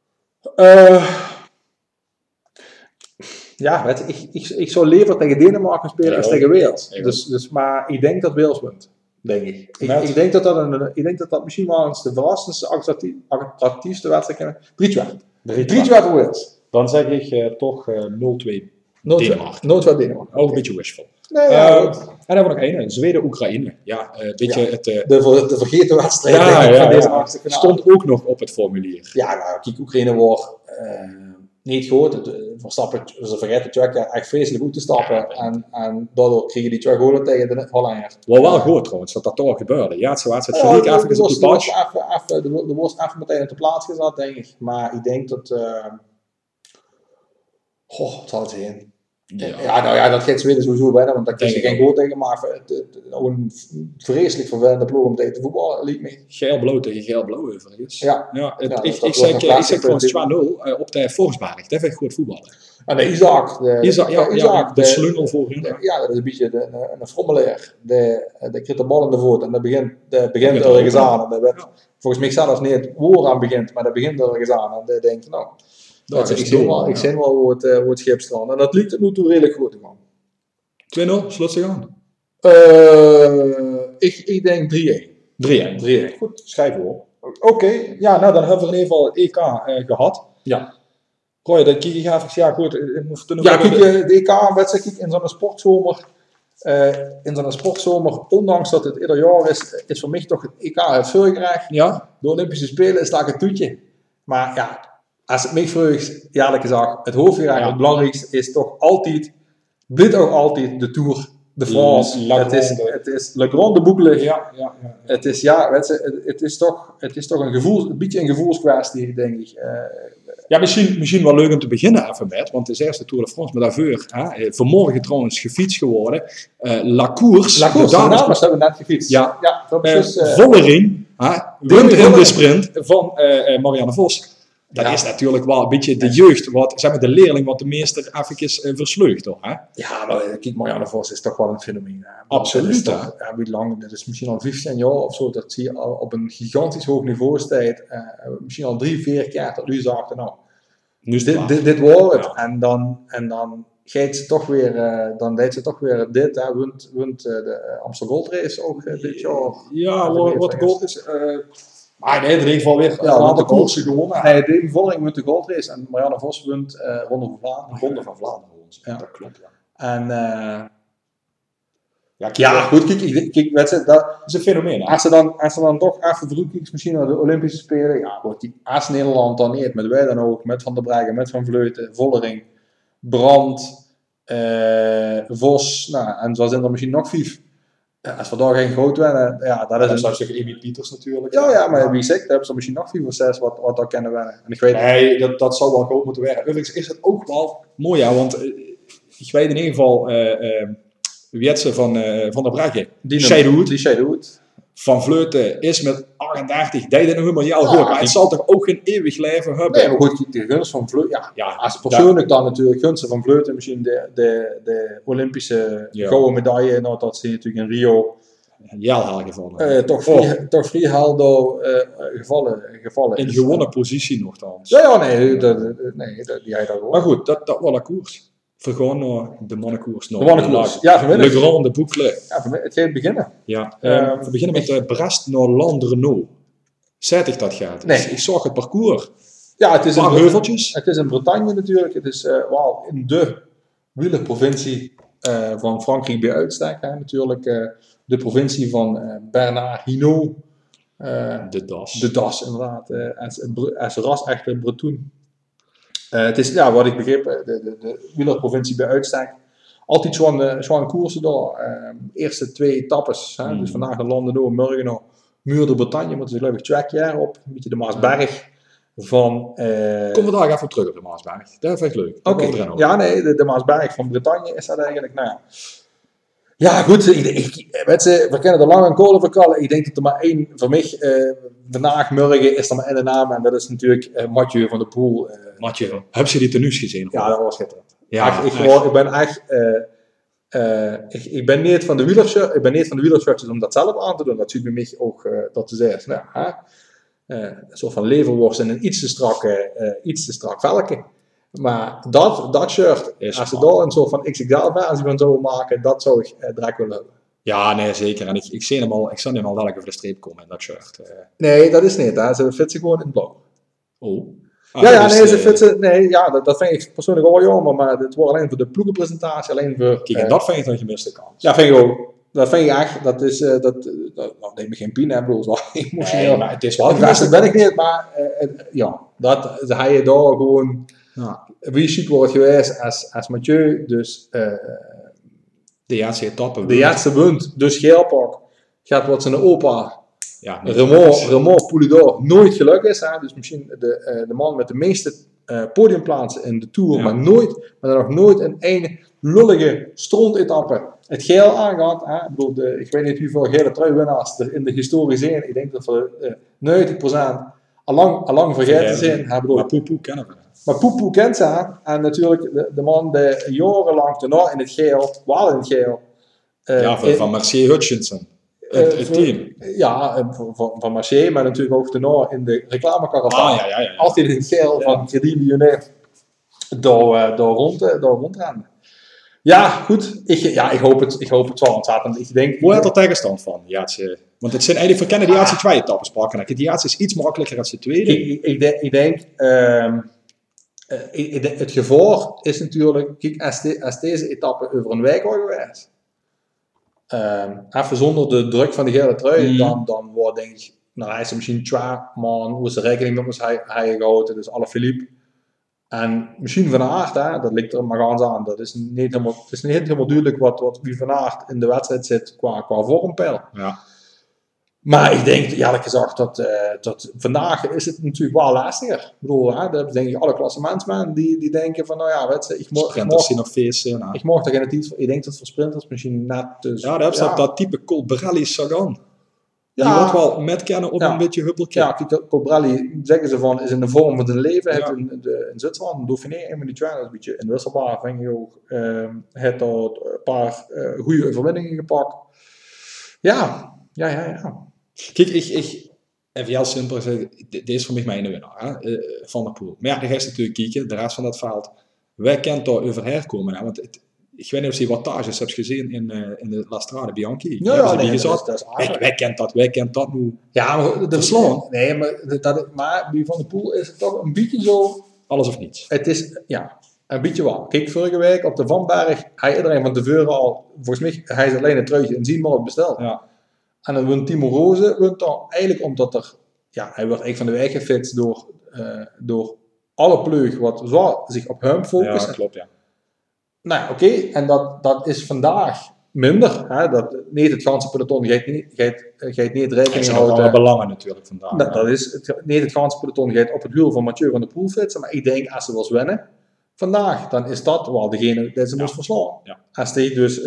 Ja, ik zou liever tegen Denemarken spelen als tegen Wales. Maar ik denk dat Wales wint. Denk ik. Ik denk dat dat misschien wel eens de verrassendste, attractiefste wedstrijd is. 3-2 voor Wales. Dan zeg ik toch 0-2 Denemarken. 0-2 Denemarken. Ook een beetje wishful. Nee, en dan hebben we nog één, Zweden-Oekraïne. Ja, de vergeten wedstrijd van deze achtste finale. Stond ook nog op het formulier. Ja, nou, kijk, Oekraïne wordt niet goed. Verstappen, ze vergeten Tsjechië echt vreselijk goed te stappen. En daardoor kregen die 2 golen tegen de Hollanders. Wel goed trouwens, dat toch gebeurde. Ja, het zo wedstrijd gelijk even op de patch. Er was even meteen op de plaats gezet, denk ik. Maar ik denk dat... wat zal het zijn? Ja, dat gaat Zweden sowieso winnen, want daar krijg je geen goal tegen. Maar een vreselijk vervelende ploeg om tegen te voetballen, liep me. Geel-blauw tegen geel-blauw overigens. Ja. Ik zeg trouwens 2-0 op de Forsberg. Dat vind ik goed voetballen. En de Isaac. Isaac, de slungel voor hun. Ja, dat is een beetje een frommelaar. De krijgt de bal in de voet en dat begint ergens aan. En dat werd, volgens mij zelfs niet het woord aan begint, maar dat begint ergens aan. En dan denk je, nou, ik zie wel hoe het schip strandt. En dat liep tot nu toe redelijk goed te gaan. 2-0, slot zich aan. Ik denk 3-1. 3-1. Goed, schrijven we op. Oké, ja, nou dan hebben we in ieder geval het EK gehad. Ja. Roy, dan kijk je even, ja goed. Kijk, de EK-wedstrijd in zo'n sportzomer, ondanks dat het ieder jaar is voor mij toch het EK het vuurgerecht. Ja. De Olympische Spelen is daar een toetje. Maar ja, als het mij vreugd, eerlijk gezegd, het hoofdgerecht, het belangrijkste is toch altijd, blijft ook altijd de Tour de France. Het is Le Grande Boucle. Ja. Het is toch een beetje een gevoelskwestie, denk ik. Ja, misschien wel leuk om te beginnen even met, want het is eerst de Tour de France, maar daarvoor, vanmorgen trouwens gefietst geworden. La Course, de dames hebben net gefietst. Ja, dat is Vollering, wint in de sprint van Marianne Vos. Dat is natuurlijk wel een beetje de jeugd, de leerling wat de meester even versleugd, toch? Hè? Ja, maar kijk, Marianne Vos is toch wel een fenomeen. Absoluut. Wie lang, dat is misschien al 15 jaar of zo, dat zie je al op een gigantisch hoog niveau staat. Misschien al 3-4 keer dat u zag, nou, dit wordt het. Ja. En dan gaat ze toch weer, dan deed ze toch weer dit, wint de Amstel Gold Race ook dit jaar. Ja, wat de gold is. Maar nee, in ieder geval weer een aantal koersen gewonnen. Nee, Davy Vollering wint de Gold Race en Marianne Vos wint Ronde van Vlaanderen. Ronde van Vlaanderen, ja. Dat klopt. Ja. En goed, kijk, dat is een fenomeen. Als ze dan toch even terugkijkt, misschien naar de Olympische Spelen, ja, goed, als Nederland dan niet, met wij dan ook, met Van der Breggen, met Van Vleuten, Vollering, Brandt, Vos, nou, en zo zijn er misschien nog 5. Als we daar geen groot winnen, ja, dat is zou zeggen Emil Pieters natuurlijk. Ja, maar wie zegt, daar hebben ze misschien nog 5 of 6 wat daar kunnen winnen. En ik weet nee, dat zou wel groot moeten werken. Overigens is het ook wel mooi, ja, want ik weet in ieder geval wie het ze van der Breggen. Die Shadowwood. Van Vleuten is met 38, deed het nog helemaal jou goed. Maar het zal toch ook geen eeuwig leven hebben? Nee, maar goed, de gunst van Vleuten, als persoonlijk dan natuurlijk gunsten van Vleuten, misschien de Olympische gouden medaille, nou dat ze natuurlijk in Rio gevallen. Toch vrij helder gevallen. In gewonnen positie nogthans. Nee, die hij daar gewoon. Maar goed, dat was de koers. We gaan naar de mannenkoers. De mannenkoers, ja, vanmiddag. Le Grande Boucle. Ja, het gaat beginnen. Ja, we beginnen met Brest naar Landrenault. Zet ik dat gaat? Nee. Ik zag het parcours. Ja, het is een paar heuveltjes. Het is in Bretagne natuurlijk. Het is in de wielerprovincie van Frankrijk bij uitstek. Natuurlijk de provincie van Bernard Hinault. De Das, inderdaad. Als ras echte Bretoen. Het is, ja, wat ik begreep, de wielerprovincie bij uitstek. Altijd zo'n koersen daar. Eerste 2 etappes. Dus vandaag naar Landrenault, morgen naar Muur de Bretagne. Maar het is geloof ik 2 keer op. Een beetje de Maasberg van... Kom we daar even terug op de Maasberg. Dat vind ik leuk. Oké. Ja, nee, de Maasberg van Bretagne is dat eigenlijk. Nou ja. Ja, goed. We kennen de lang en kolen verkallen. Ik denk dat er maar één, voor mij, vandaag, morgen, is er maar één naam. En dat is natuurlijk Mathieu van der Poel. Mathieu, heb je die tenues gezien? Ja, dat was schitterend. Ja, ik ben echt... ik ben niet van de wielershirts. Ik ben niet van de wielershirts om dat zelf aan te doen. Dat zie je bij mij ook dat te zeggen. Nou, een soort van leverworst in een iets te strak velken. Maar dat shirt, als ze daar een soort van XXL-versie van zouden maken, dat zou ik direct willen hebben. Ja, nee, zeker. En ik zie hem al dadelijk over de streep komen in dat shirt. Nee, dat is niet. Hè. Ze fietsen gewoon in het blauw. Oh. Ze fietsen... Nee, ja, dat vind ik persoonlijk wel jammer, maar het wordt alleen voor de ploegenpresentatie, alleen voor... Kijk, en dat vind ik dan gemiste kans. Ja, vind ik ook. Dat vind ik echt, dat neem ik geen pijn, hè, bedoel, zo emotioneel. Nee, maar het is wel... Dat ben ik niet, maar dat hij je daar gewoon... Ja. Wie ziek wordt geweest als Mathieu, dus de eerste etappe de eerste wint, dus geelpak gaat wat zijn opa Raymond Poulidor nooit geluk is, hè? Dus misschien de man met de meeste podiumplaatsen in de Tour, maar nog nooit in één lullige strontetappe het geel aangehad. Hè? Ik bedoel, ik weet niet hoeveel gele truiwinnaars er in de historie zijn. Ik denk dat voor 90% allang vergeten zijn. Maar Poel kennen we. Maar Poepoe kent ze. En natuurlijk de man die jarenlang daarna in het geel, wel in het geel. Van Mercier Hutchinson. Het team. Ja, van Marseille, maar natuurlijk ook daarna in de reclamekaravaan. Ja. Altijd in het geel van Credit Lyonnais door rondrennen. Ja, goed. Ik hoop het wel. Want ik denk... Hoe had er tegenstand van? Want het zijn eigenlijk verkennen die Jaatse twee etappes pakken. Die Jaatse is iets makkelijker dan de tweede. Ik denk... het gevaar is natuurlijk... Kijk, als deze etappe over een week wordt geweest... even zonder de druk van de gele trui... Dan wordt denk ik... Nou, hij is misschien 2 man... Hoe is de rekening met ons hij gehouden? Dus Alaphilippe... En misschien Van Aert, dat ligt er maar aan. Dat is niet helemaal duidelijk wie Van Aert in de wedstrijd zit qua vormpeil. Ja. Maar ik denk eerlijk gezegd dat vandaag is het natuurlijk wel lastiger. Ik bedoel, dat hebben denk ik alle klassementsmen die denken van sprinters zien nog feesten. Ik mocht er geen iets. Ik denk dat voor sprinters misschien net dus. Ja, daar heb je dat type Colbrelli Sagan. Die wordt wel met kennen op een beetje huppeltje. Ja, Colbrelli, zeggen ze van, is in de vorm van zijn leven. Ja. In Zwitserland, Dauphiné, een minuut, dat is een beetje inwisselbaar. Vind je ook. Het had een paar goede overwinningen gepakt. Ja. Kijk, ik even heel simpel gezegd, dit is voor mij mijn winnaar, Van der Poel. Maar ja, dan ga je natuurlijk kijken, de rest van dat veld, wij kunnen daar overheen komen. Want ik weet niet of je wattages hebt gezien in de La Strade Bianchi. Dat is wij kennen dat nu. Ja, maar verslaan. Nee, maar bij Van der Poel is het toch een beetje zo... Alles of niets. Het is, een beetje wel. Kijk, vorige week op de Vanberg, hij iedereen van tevoren al, volgens mij, hij is alleen een truitje en zien maar besteld. Ja. En dan wint Timo Roze, dan eigenlijk omdat hij wordt eigenlijk van de weg gefixt door alle pleug wat zo zich op hem focussen. Ja, klopt, ja. Nou, oké, en dat is vandaag minder. Hè? Niet het ganse peloton gaat niet rekening houden. houden. Alle belangen natuurlijk vandaag. Dat is niet het ganse peloton gaat op het wiel van Mathieu van der Poel fietsen, maar ik denk als ze wil winnen vandaag, dan is dat wel degene die ze moest verslaan. Ja. Als hij dus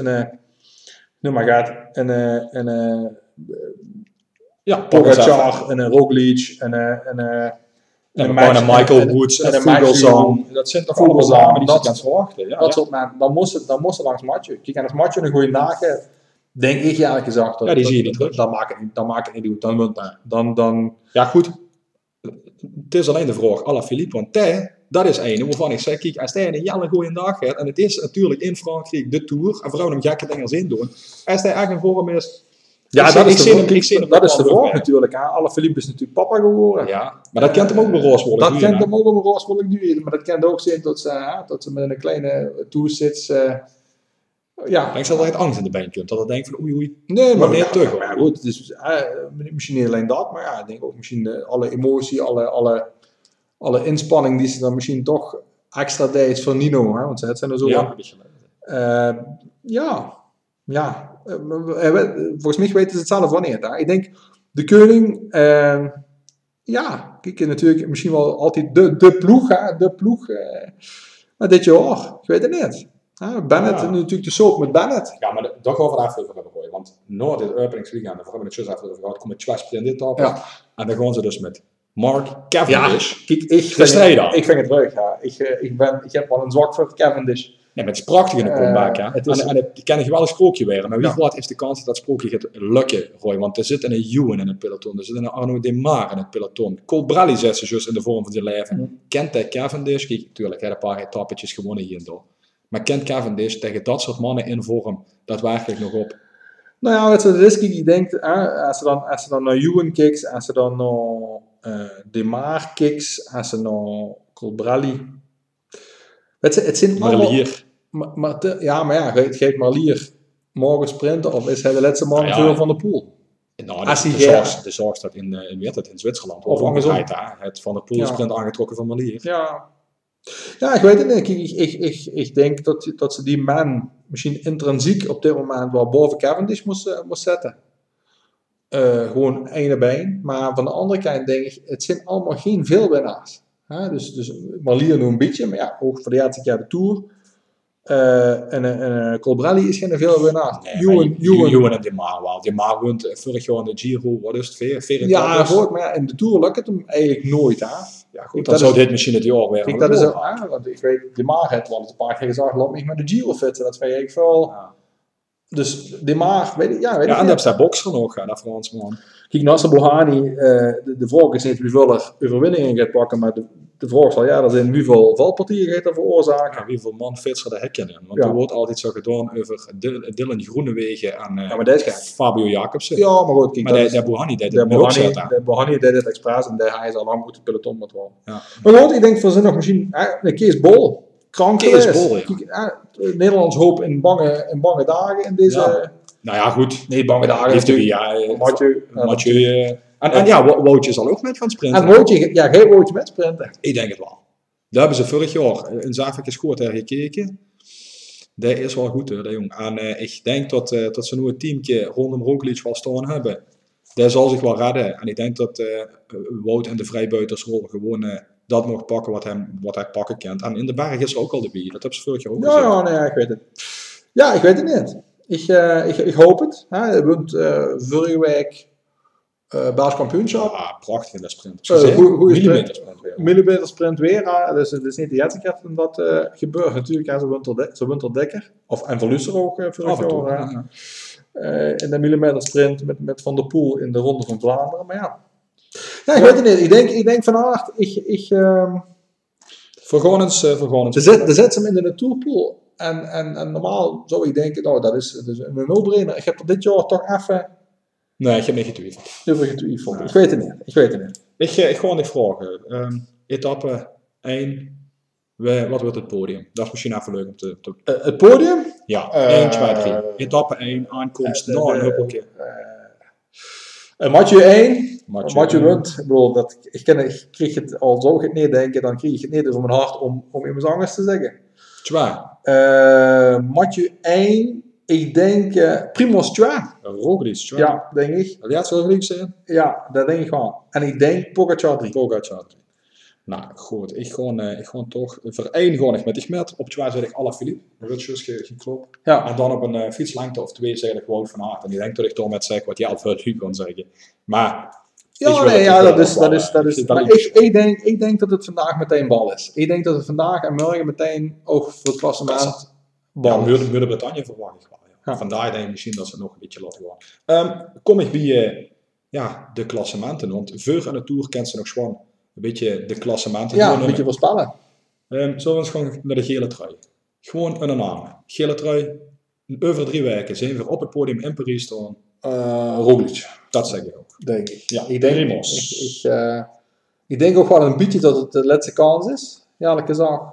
Pogacar, een Roglic, een Michael Woods, en Vogelsang. Dat zijn toch allemaal samen die ze kan verwachten. Ja, dat soort mensen. Dan moest ze langs Mathieu. Kijk, en als Mathieu een goede dag heeft, denk ik eigenlijk gezegd dat die zie je niet terug. Dan maakt het niet goed. Dan ja, goed. Het is alleen de vraag, Alaphilippe, want dat is een waarvan ik zeg, kijk, als hij een hele goede dag heeft, en het is natuurlijk in Frankrijk de Tour, en vooral hem gekke dingen in doen, als hij echt een vorm is. Ja, dat is de vraag natuurlijk. Alaphilippe is natuurlijk papa geworden. Ja, maar dat kent hem ook bij Rooswolk. Dat kent hem ook bij Rooswolk nu. Maar dat kent ook zijn dat ze met een kleine tour zit. Ik zal er echt angst in de been kunt. Dat ik denk van oei. Nee, maar meer terug. Maar goed, dus, misschien niet alleen dat. Maar ik denk ook misschien alle emotie, alle inspanning die ze dan misschien toch extra deed voor Nino. Hè, want het zijn er zo. Volgens mij weten ze het zelf wanneer. Hè? Ik denk, de koning, kijk, natuurlijk misschien wel altijd de ploeg, maar dit jaar, ik weet het niet. Bennett, natuurlijk de soap met Bennett. Ja, maar daar gaan we daar even over gooien, want na dit openingsweekend, daar hebben we het zo even over gehad, komen 2 sprinten dit op. Ja. En dan gaan ze dus met Mark Cavendish. Ja, kijk, ik vind het leuk. Ja. Ik heb wel een zwak voor Cavendish. Nee, maar het is prachtig in de comeback. Het kan een geweldig sprookje weer. Maar wie groot is de kans dat dat sprookje gaat lukken, Roy? Want er zit een Ewan in het peloton. Er zit een Arnaud Démare in het peloton. Colbrelli zet ze juist in de vorm van zijn leven. Kent hij Cavendish? Kijk, natuurlijk, hij heeft een paar etappetjes gewonnen hier en daar. Maar kent Cavendish tegen dat soort mannen in vorm daadwerkelijk nog op? Nou ja, wat is die denkt, als ze dan naar Ewan kijkt, als ze dan naar Démare kijkt, als ze naar Colbrelli. Het zijn Marlier. Het geeft Marlier morgen sprinten of is hij de laatste man van de Poel? Nou, de zorg staat in Zwitserland. Of andersom. Het Van der Poel sprint aangetrokken van Marlier. Ja, ik weet het niet. Ik denk dat ze die man misschien intrinsiek op dit moment wel boven Cavendish moest zetten. Gewoon één been. Maar van de andere kant denk ik, het zijn allemaal geen veel winnaars. Dus Marlier nog een beetje, maar ja, ook voor de eerste keer de Tour. En Colbrelli is geen veel winnaar. Ewan en Démare wel. Démare wint vorig jaar in de Giro, wat is het, 4 ja, goed, maar in de Tour lukt het hem eigenlijk nooit. Ja, goed, dat dan is- zou dit misschien het jaar weer Kijk, dat is ook, want ik weet, de Maar het wel eens een paar keer gezegd, laat me met de Giro fietsen. Dat vind ik wel. Ja. Dus de Maar, weet ik Ja, en niet. dan heb je Boxer nog, dat Fransman. Kijk, Nasser Bohani, de vraag is niet hoeveel er overwinningen gaat pakken, maar de vraag is wel, ja, er zijn hoeveel valpartijen gaat er veroorzaken. Ja, hoeveel man fietser de hekken in? Want Ja. er wordt altijd zo gedaan over Dylan Groenewegen en Ja, maar dat is gek. Fabio Jacobsen. Ja, maar goed, kijk, maar dat de is- Bohani deed de het ook Bohani, zetten. de Bohani deed het expres en hij is al lang uit het peloton met wel. Ja. Maar goed, ik denk voor zin nog misschien, Kees Bol, krank Kees geweest. Bol, ja. Kijk, Nederlands hoop in bange dagen in deze... Ja. Nou ja, goed. Nee, bange dagen Heeft natuurlijk. ja, Mathieu. En ja, Woutje zal ook met gaan sprinten. En Woutje, ja, geen Woutje met sprinten. Ik denk het wel. Daar hebben ze vorig jaar een zaakje scoort tegen gekeken. Dat is wel goed hoor, dat jong. En ik denk dat ze nu een teamje rondom Roglic wel staan hebben. Dat zal zich wel redden. En ik denk dat Wout en de vrijbuitersrol gewoon dat mocht pakken wat hij pakken kent. En in de berg is er ook al de bij. Dat hebben ze vorig jaar ook gezien. Ja, nee, ik weet het. Ja, ik weet het niet. Ik hoop het. Hij wint vorige week Belgisch kampioenschap. Ja, prachtig in de sprint. Goeie Millimeter sprint. sprint weer. Millimeter sprint weer. Dus het is niet de eerste keer dat gebeurt. Natuurlijk, ze wint er Dekker. En Van Luster ook vorig Af en toe. jaar. In de millimeter sprint met Van der Poel in de Ronde van Vlaanderen. Maar ja. Ja, ik weet het niet. Ik denk van Aert. Vergonens. Ze zetten hem in de natuurpool. En normaal zou ik denken, nou, dat is een no-brainer. Ik heb er dit jaar toch even Nee, ik heb niet getwijfeld. over getwijfeld. Ik weet het niet. Ik ga gewoon niet vragen. Etappe 1. Wat wordt het podium? Dat is misschien even leuk om te Het podium? ja, 1, 2, 3. Etappe 1, aankomst, na een huppeltje. Mathieu 1. Mathieu Mathieu 1. wint. Ik bedoel, ik kreeg het al zo het niet denken, dan kreeg ik het niet over mijn hart om iemand anders te zeggen. 2. Mathieu 1. Ik denk Primoz 2. Roglic 2. Ja, denk ik. Wil jij het zo gelijk zijn? Ja, dat denk ik wel. En ik denk Pogacar 3. Pogacar 3. Nou, goed. Ik ga toch voor 1 gewoon echt met die met. Op 2 zeg ik Alaphilippe. Rutschus geklopt. Ja. En dan op een fietslengte of 2 zeg ik Wout van Aert. En ik denk dat ik toch met zeg wat jij al voor u kan zeggen. Maar... Ja, nee, ja, dat is. Maar ik denk dat het vandaag meteen bal is. Ik denk dat het vandaag en morgen meteen ook voor het klassement bal is. Bretagne verwacht ik wel. Ja. Ja. Vandaar denk ik misschien dat ze het nog een beetje laten gaan. Kom ik bij de klassementen. Want voor aan de Tour kent ze nog gewoon een beetje de klassementen. Ja, een beetje voorspellen. Zullen we eens gewoon naar de gele trui. Gewoon een naam. Gele trui. Over 3 weken zijn we op het podium in Parijs staan. Roglic, Dat zeg ik ook. denk ik. Ja, ik denk, Primoz. ik denk ook wel een beetje dat het de laatste kans is. Eerlijk gezegd.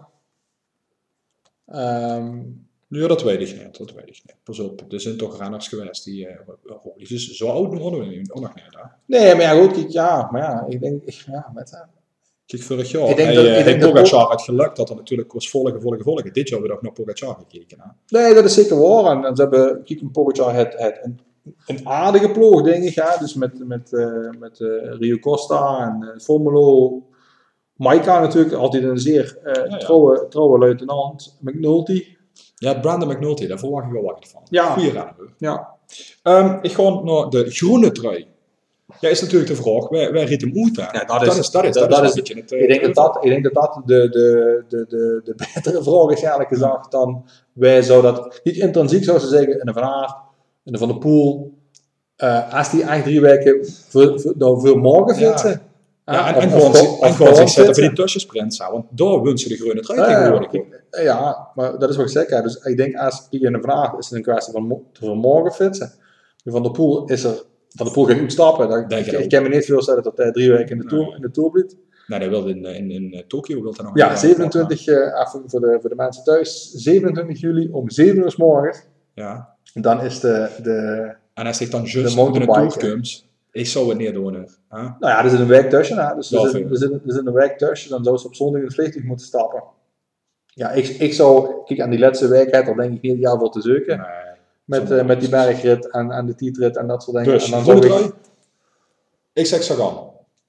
Ja, dat weet ik niet. Pas op, er zijn toch renners geweest die... dus zo oud nog nog niet. Hè? Nee, maar ja, goed, kijk, ik denk, Kijk, vorig jaar, Ik denk dat Pogacar had geluk dat er natuurlijk was volgen. Dit jaar hebben we ook naar Pogacar gekeken. Hè? Nee, dat is zeker waar. En ze hebben, kijk, Pogacar een aardige ploeg, denk ik. Ja? Dus met Rio Costa en Formolo. Maika natuurlijk, altijd een zeer trouwe luitenant. McNulty. Ja, Brandon McNulty, daar verwacht ik wel wat van. Ja. Goeie renner. Hoor. Ja. Ik ga naar de groene trui. Ja, is natuurlijk de vraag, waar riet hem uit? Ja, dat is een beetje het... Ik denk dat dat de betere vraag is, eerlijk gezegd, dan wij zou dat... Niet intrinsiek zou ze zeggen, in de Van Aert, in de Van der Poel, als die eigenlijk 3 weken voor morgen fietsen. Ja, en gewoon zich zetten voor die tussensprints, want daar wint ze de groene trui tegenwoordig. Ja, maar dat is wat ik zeg. Dus ik denk, als je in de Van Aert is het een kwestie van morgen fietsen. Van der Poel is er... Van der Poel gaat uitstappen. Ik kan me niet voorstellen dat hij 3 weken in de Tour blijft. Nee, hij wilde in Tokio wilde hij nog. Ja, 27, even voor de mensen thuis. 27 juli om 7 uur 's morgens. Ja. Dan is de en hij zegt dan juist de in de mountainbike, Tour komt. Ik zou het niet doen. Hè? Nou ja, er zit een week tussen. Hè? Dus Ja, er zit een week tussen. Dan zou ze op zondag in het vliegtuig moeten stappen. Ja, ik zou... Kijk, aan die laatste week had er denk ik niet heel veel te zoeken. Met die bergrit en de tietrit en dat soort dingen. Dus, en dan groene zou trui. Ik zeg Sagan.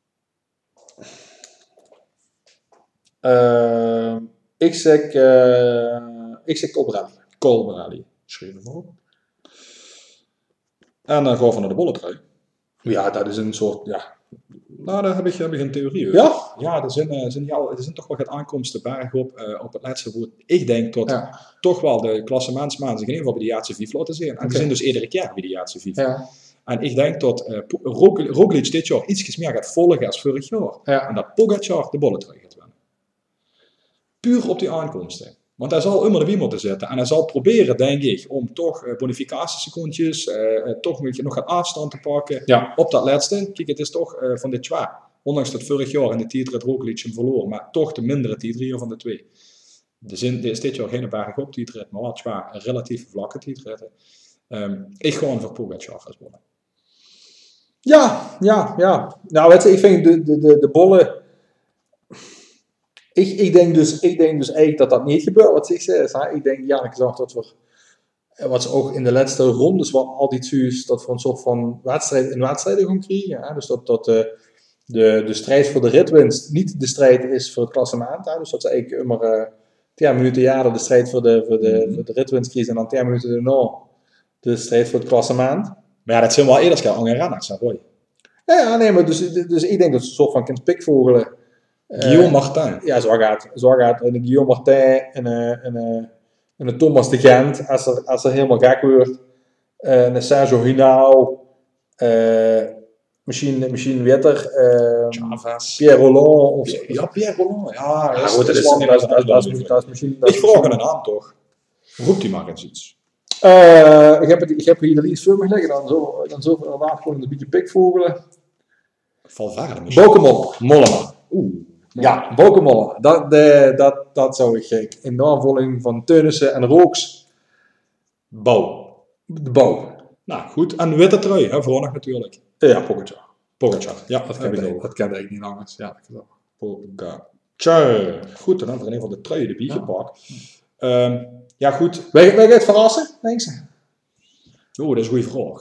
ik zeg Colbrelli. Colbrelli. Schreef hem op. En dan gaan we naar de bolletrui. Ja, dat is een soort, Nou, daar heb ik een theorie over. Ja? Ja, er zijn toch wel wat aankomsten bergop op het laatste woord. Ik denk dat toch wel de klassementsmannen zich in ieder geval bij de Jaatse Vijf laten zien. En die zijn dus iedere keer bij de Jaatse Vijf. Ja. En ik denk dat Roglic dit jaar iets meer gaat volgen als vorig jaar. Ja. En dat Pogacar de bolletrui gaat winnen. Puur op die aankomsten. Want hij zal immer de wie moeten zetten. En hij zal proberen, denk ik, om toch bonificatiesecondjes, toch nog een afstand te pakken op dat laatste. Kijk, het is toch van dit jaar. Ondanks dat vorig jaar in de tijdrit Roglic hem verloor, maar toch de mindere tijdrit van de twee. Er is dit jaar geen bergop tijdrit, maar wat zwaar een relatief vlakke tijdrit. Ik ga voor Pogacar als bolle. Ja. Nou, weet je, ik vind de bollen... Ik denk dus eigenlijk dat dat niet gebeurt, wat ik zei. Ik denk, ik zag dat we, wat ze ook in de laatste rondes, wat altijd zoiets, dat we een soort van wedstrijden gaan krijgen. Hè? Dus dat de strijd voor de ritwinst niet de strijd is voor het klassement. Hè? Dus dat ze eigenlijk immer 10 minuten de strijd voor de ritwinst kiezen en dan 10 minuten daarna de strijd voor het klassement. Maar ja, dat zijn wel eerder andere renners, hè, Roy. Ja, nee, maar dus ik denk dat ze een soort van kind pikvogelen. Guillaume Martin. Ja, zo gaat een Guillaume Martin en een Thomas de Gent, als er helemaal gek wordt. Een Sergio Hinao, misschien Witter, Pierre Roland. Of, ja, Pierre Roland. Ja, dat is misschien... Ik vraag een naam toch. Roept hij maar eens iets. Ik heb hier iets voor me liggen, dan zullen we inderdaad gewoon een beetje pikvogelen. Valverde misschien. Bokemolle. Mollema. Ja, Bokemolle. Dat zou ik gek. In de aanvolging van Teunissen en Rooks. De Bouw. Nou, goed. En witte trui, hè, vooral nog natuurlijk. Ja, Pogacar. Ja, dat ken ik niet anders. Ja, Pogacar. Goed, dan hebben we in ieder geval de trui erbij gepakt. Ja, goed. Wij gaan het verrassen, denk je? Dat is een goede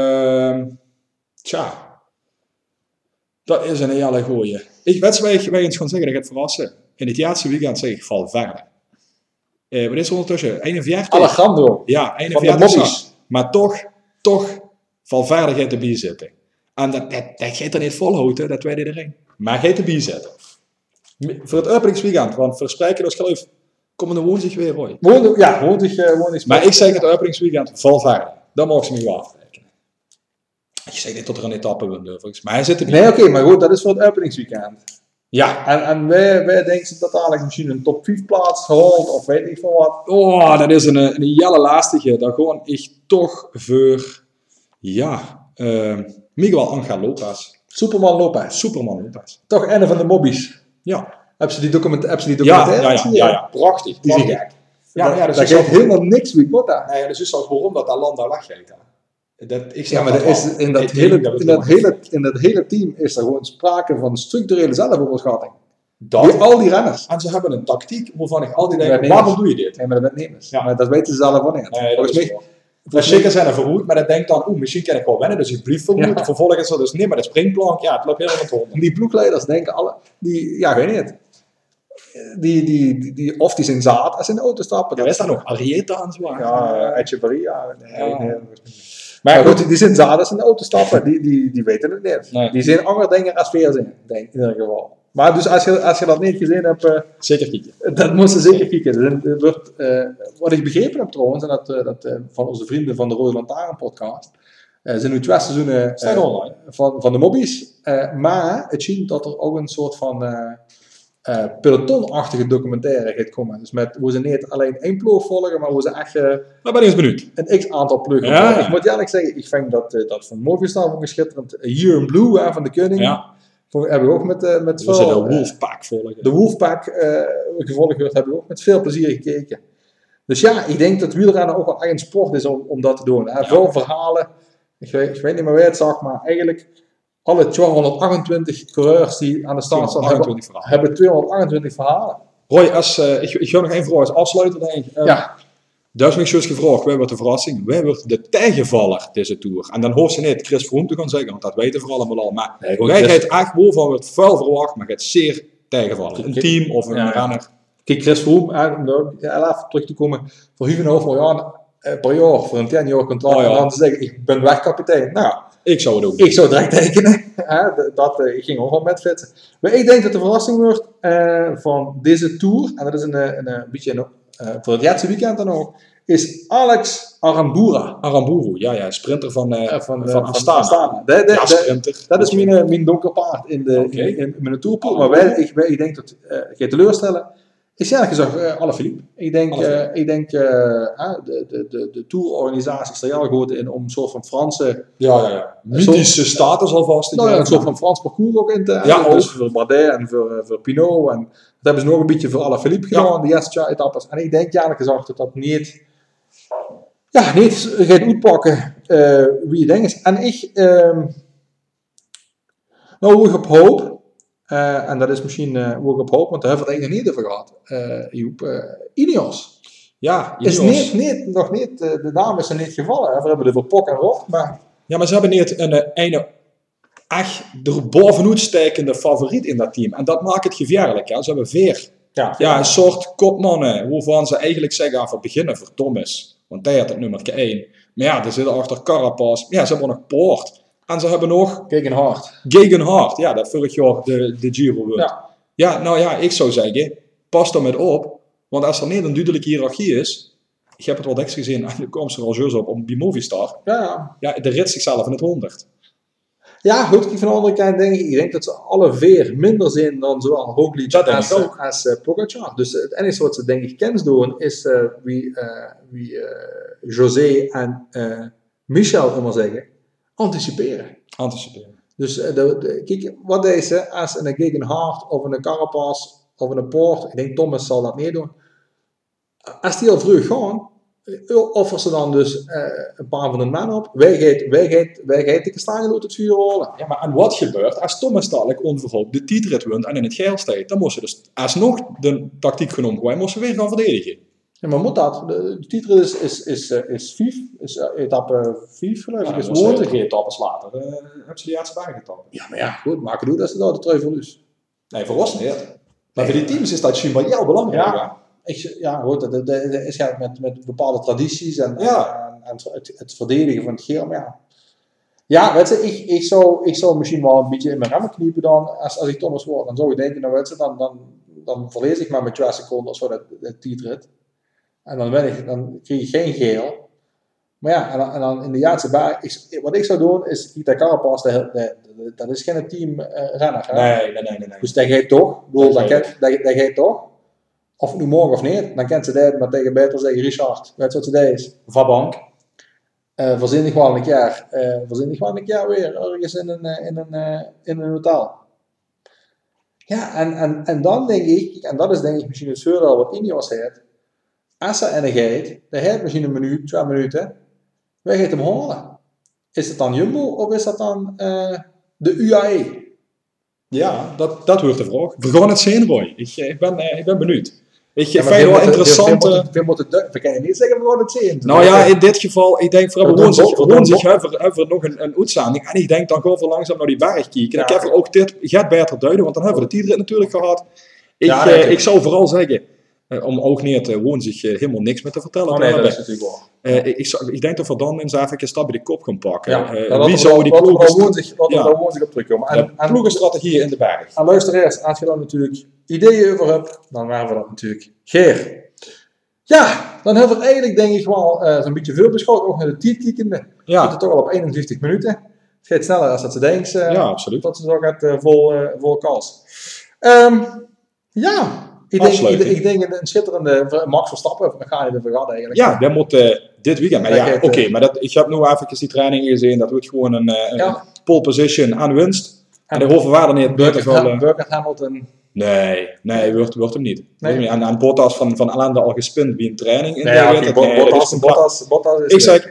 vraag. Dat is een hele goeie. Ik weet wij eens gaan zeggen dat ik het verrassen. In het jaarste weekend zeg ik Valverde. Wat is ondertussen? 41? Alejandro. Ja, 41. Maar toch Valverde gaat erbij zitten. En dat gaat er niet volhouden, dat weet iedereen. Maar gaat erbij zitten. Voor het openingsweekend, want verspreken dus geloof komende woensdag weer, Roy. Woensdag. Maar ik zeg het openingsweekend Valverde. Dat mag ze niet wel afrekenen. Je zegt niet dat er een etappe wint, volgens mij. Hij zit erbij. Nee, oké, maar goed, dat is voor het openingsweekend. Ja. En wij denken dat eigenlijk misschien een top 5 plaats gehaald, of weet ik veel wat. Oh, dat is een jelle lastige. Daar gewoon ik toch voor, Miguel Angel Lopez. Superman Lopez. Toch een van de mobbies. Ja. Heb je die documentaire? Ja. Prachtig. Die zie ik. Ja, daar geeft helemaal niks wie wordt daar. Nee, dat is dus waarom dat land daar weggeeft. In dat hele team is er gewoon sprake van structurele zelfoverschatting. Al die renners. En ze hebben een tactiek waarvan ik altijd denk, waarom doe je dit? Nee, maar dat weet niemand. Maar dat weten ze zelf wel niet. Nee, volgens mij. Zeker zijn er verwoed, maar dat denkt dan, misschien kan ik wel winnen, dus ik blijf verwoed. Vervolgens is er dus niet, maar de springplank, het loopt helemaal met hond. Die ploegleiders denken alle, weet niet. Of die zijn zaad als ze in de auto stappen. Ja, is daar nog Arieta aan zwaar? Ja, Echeverria. Nee. Maar goed, die zijn zaad als ze in de auto stappen, die weten het niet. Nee. Die zijn andere dingen als VR zijn, denk ik in ieder geval. Maar dus als je dat niet gezien hebt... zeker kijken. Dat moet je zeker kijken. Wat ik begrepen heb trouwens, en dat van onze vrienden van de Rode Lantaarn podcast, zijn nu 2 seizoenen van de mobbies. Maar het schijnt dat er ook een soort van pelotonachtige documentaire gaat komen. Dus hoe ze niet alleen 1 ploeg volgen, maar hoe ze echt ben ik eens benieuwd. Een x-aantal ploegen volgen. Ik moet eerlijk zeggen, ik vind dat van Movistar vond ik schitterend. Here in Blue van de Koning. Ja. Hebben we ook met veel... de Wolfpack volgen. De Wolfpack gevolgd wordt, hebben we ook met veel plezier gekeken. Dus ja, ik denk dat wielrennen ook wel echt een sport is om dat te doen. Veel verhalen. Ik weet niet meer waar je het zag, maar eigenlijk alle 228 coureurs die aan de start staan hebben 228 verhalen. Roy, ik ga nog één vraag als afsluiter, denk ik. Daar is me juist gevraagd, wij wordt de verrassing, wij wordt de tegenvaller deze Tour. En dan hoeft ze niet Chris Froome te gaan zeggen, want dat weten we allemaal al. Maar wij gaan echt boven het vuil verwacht, maar het zeer tegenvallen. Een team of een renner. Kijk, Chris Froome, om even terug te komen, voor 7,5 miljoen per jaar, voor een 10 jaar contract. En dan te zeggen, ik ben weg kapitein. Nou, Ik zou het ook. Ik zou direct tekenen. Ik ging ook wel met fietsen. Maar ik denk dat de verrassing wordt van deze Tour, en dat is een beetje voor het laatste weekend dan ook, is Alex Aramburu. Aramburu, ja, sprinter van Astana. Astana. Sprinter. Dat is mijn donker paard in mijn toerpool. Maar ik denk dat je teleurstellen. Is eerlijk gezegd Alaphilippe. Ik denk de tourorganisatie is er heel goed in om een soort van Franse... Ja. Mythische status alvast. Een soort van Frans parcours ook in te hebben. Ja, dus voor Bardet en voor Pinot. En dat hebben ze nog een beetje voor Alaphilippe gedaan, de eerste etappes. En ik denk eerlijk gezegd dat niet gaat uitpakken wie je denkt is. En ik... hoe ik op hoop... en dat is misschien hoe ik op hoop, want daar hebben we het eigenlijk niet over gehad. Ineos. Ja, Ineos. Is nog niet, de naam is er niet gevallen. We hebben er voor Pok en Rock, maar... Ja, maar ze hebben niet een echt er bovenuit stekende favoriet in dat team. En dat maakt het gevaarlijk. Hè? Ze hebben Veer. Ja, een soort kopmannen, waarvan ze eigenlijk zeggen van beginnen voor Thomas. Want hij had het nummer 1. Maar ja, er zitten achter Carapaz. Ja, ze hebben nog Poort. En ze hebben nog... Gegenhard. Ja, dat vorig jaar de Giro wint. Ja, nou ja, ik zou zeggen, pas er met op. Want als er niet een duidelijke hiërarchie is... Ik heb het wel deks gezien aan de komst Rangeurs op bij Movistar. Ja, de rit zichzelf in het 100. Ja, goed, van de andere kant denk ik dat ze alle Veer minder zijn dan zowel Roglic als Pogacar. Dus het enige wat ze denk ik kennis doen is wie José en Michel, om maar zeggen, anticiperen. Dus kijk, wat deze, als een Gegenhard of een Carapaz of een Poort, ik denk Thomas zal dat niet doen. Als die al vroeg gaan, offeren ze dan dus een paar van de mannen op. Wij gaan de kastanjen uit het vuur rollen. Ja, maar en wat gebeurt als Thomas dadelijk onverhoopt de tijdrit wint en in het geel staat? Dan moest ze dus alsnog de tactiek genomen worden, moest ze weer gaan verdedigen. Ja, maar moet dat? De titel is 5, is etappe 5 geloof ik. Ja, dus moeten geen etappes later. Hebben ze die eerste dagen getappen. Ja, maar ja, goed, maken doe dat ze daar de trui verlies. Nee, voor ons niet. Maar voor die teams is dat misschien wel heel belangrijk. Ja, goed, dat is met bepaalde tradities en het verdedigen van het geel. Maar ja, weet je, ik zou misschien wel een beetje in mijn remmen kniepen dan, als ik Thomas word. Dan zou ik denken, nou weet je, dan verlees ik maar met 2 seconden of zo dat tijdrit. En dan krijg ik geen geel. Maar ja, en dan in de laatste baan, wat ik zou doen is, Ita Carapaz, dat is geen teamrenner. Nee. Dus dat gaat toch. Dat gaat toch. Of nu morgen of niet, dan kent ze dat, maar tegen beter zeggen, Richard, weet je wat ze is? Vabank. Verzin ik wel een keer weer ergens in een hotel. Ja, en dan denk ik, en dat is denk ik misschien het voordeel wat Ineos heeft, als hij en gaat, dan heeft misschien een minuut, 2 minuten, wij gaan hem halen. Is het dan Jumbo of is dat dan de UAE? Ja, dat wordt de vraag. We gaan het zien, Roy. Ik ben benieuwd. Ik vind het wel interessant. We kunnen niet zeggen, we gaan het zien. Nou ja, in dit geval, ik denk vooral gewoon zich hebben nog een uitzending. En ik denk dan gewoon voor langzaam naar die berg kijken. Ik heb er ook dit gaat beter duiden, want dan hebben we de tijdrit natuurlijk gehad. Ik zou vooral zeggen, om ook niet gewoon zich helemaal niks meer te vertellen. Oh nee, dat is natuurlijk wel. Ik denk dat we dan eens even een stap bij de kop gaan pakken. Ja, wie zou die ploegen zich op terugkomen? En ploegenstrategieën in de berg. En luister eens, als je dan natuurlijk ideeën over hebt, dan waren we dat natuurlijk Geer. Ja, dan hebben we het eigenlijk denk ik wel zo'n beetje veel beschouwd, ook naar de tijdkiekende. We zitten toch al op 51 minuten. Het gaat sneller dan dat ze denkt. Ja, absoluut. Dat ze zo gaat vol kans. Ik denk een schitterende Max Verstappen, daar ga je ervoor gehad eigenlijk. Ja, dat moet dit weekend. Maar maar ik heb nu even die training gezien, dat wordt gewoon een pole position aan winst. En de hoeven niet. Burkert Hamilton. Nee, wordt hem niet. Nee. En Bottas van Allende al gespind bij een training. Bottas is... Ik zeg 1-2.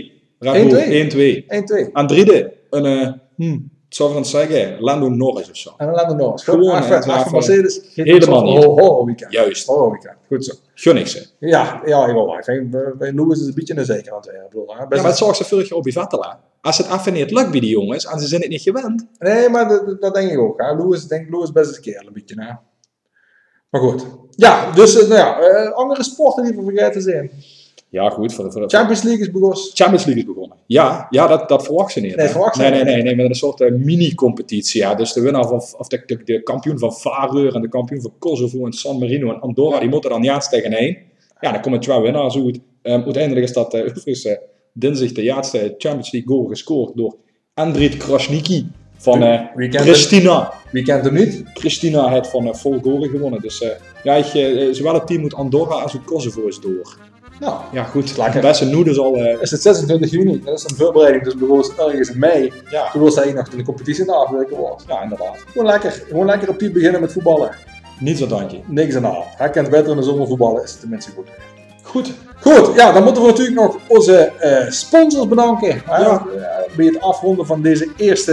1-2. Aan driede, het zou van zeggen, Lando Norris of zo. En Lando Norris. Gewoon even Mercedes. Helemaal niet. Weekend. Juist. Weekend. Goed zo. Gun ik ze. Ja, ik wil wel. Bij Lewis is een beetje een zeker aan het werden. Maar het zorgt ze vorig jaar op je Vettel aan. Als het even niet lukt bij die jongens, en ze zijn het niet gewend. Nee, maar dat denk ik ook. Hè. Lewis best een keer een beetje. Hè. Maar goed. Ja, dus andere sporten die we vergeten zijn. Ja, goed. Champions League is begonnen. Champions League is begonnen. Ja, dat verwacht ze niet. Nee, verwacht ze niet. Nee, met een soort mini-competitie. Ja. Dus de winnaar van, of de kampioen van Vareur en de kampioen van Kosovo en San Marino en Andorra, die moeten dan jaats tegen één. Ja, dan komen 2 winnaars uit. Uiteindelijk is dat dinsdag de jaatste Champions League goal gescoord door Andrit Krasniqi van Pristina. Wie kent hem niet? Pristina heeft van Volgore gewonnen. Dus zowel het team uit Andorra als uit Kosovo is door. Nou, Ja, goed. Lekker. Beste noeders al. is het 26 juni. Dat is een voorbereiding. Dus begonnen ergens in mei. Ja. Toen was hij nog in de competitie in de afwerking was. Ja, inderdaad. Gewoon lekker op die beginnen met voetballen. Niet zo dankje. Niks aan de hand. Hij kent beter in de zomer voetballen. Is het tenminste goed. Goed. Goed, ja, dan moeten we natuurlijk nog onze sponsors bedanken. Ja. Bij het afronden van deze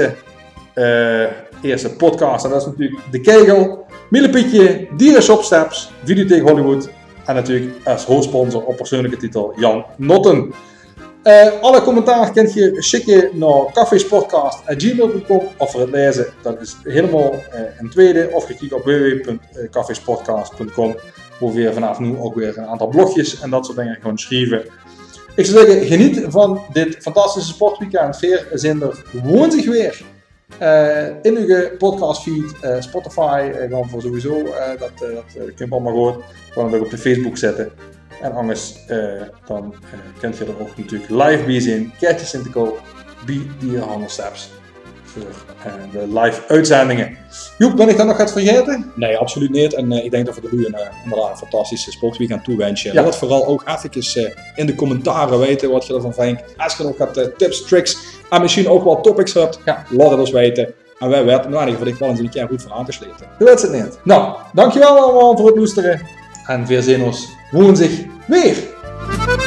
eerste podcast. En dat is natuurlijk De Kegel, Mielepietje, Dierenshop Steps, Videotheek Hollywood. En natuurlijk als hoofdsponsor op persoonlijke titel Jan Notten. Alle commentaar kunt je schikken naar cafeesportcast@gmail.com of voor het lezen, dat is helemaal een tweede. Of je kijkt op www.cafeesportcast.com, waar we vanaf nu ook weer een aantal blogjes en dat soort dingen gewoon schrijven. Ik zou zeggen, geniet van dit fantastische sportweekend. Veer zijn er woensdag weer. In uw podcastfeed, Spotify, gewoon voor sowieso, dat kun je allemaal goed. Gewoon ook op de Facebook zetten. En anders, dan kunt je er ook natuurlijk live bij zijn. Kaartjes in te koop bij Dierenhandel Steps. Voor de live uitzendingen. Joep, ben ik dat nog het vergeten? Nee, absoluut niet. En ik denk dat we de inderdaad een fantastische sportweekend toewensen. Ja. Laat vooral ook even in de commentaren weten wat je ervan vindt. Als je nog wat tips, tricks en misschien ook wel topics hebt, laat het ons weten. En wij weten voor dit wel eens een keer goed van aan te sluiten. Dat weet het niet. Nou, dankjewel allemaal voor het luisteren. En we zien ons woensdag weer.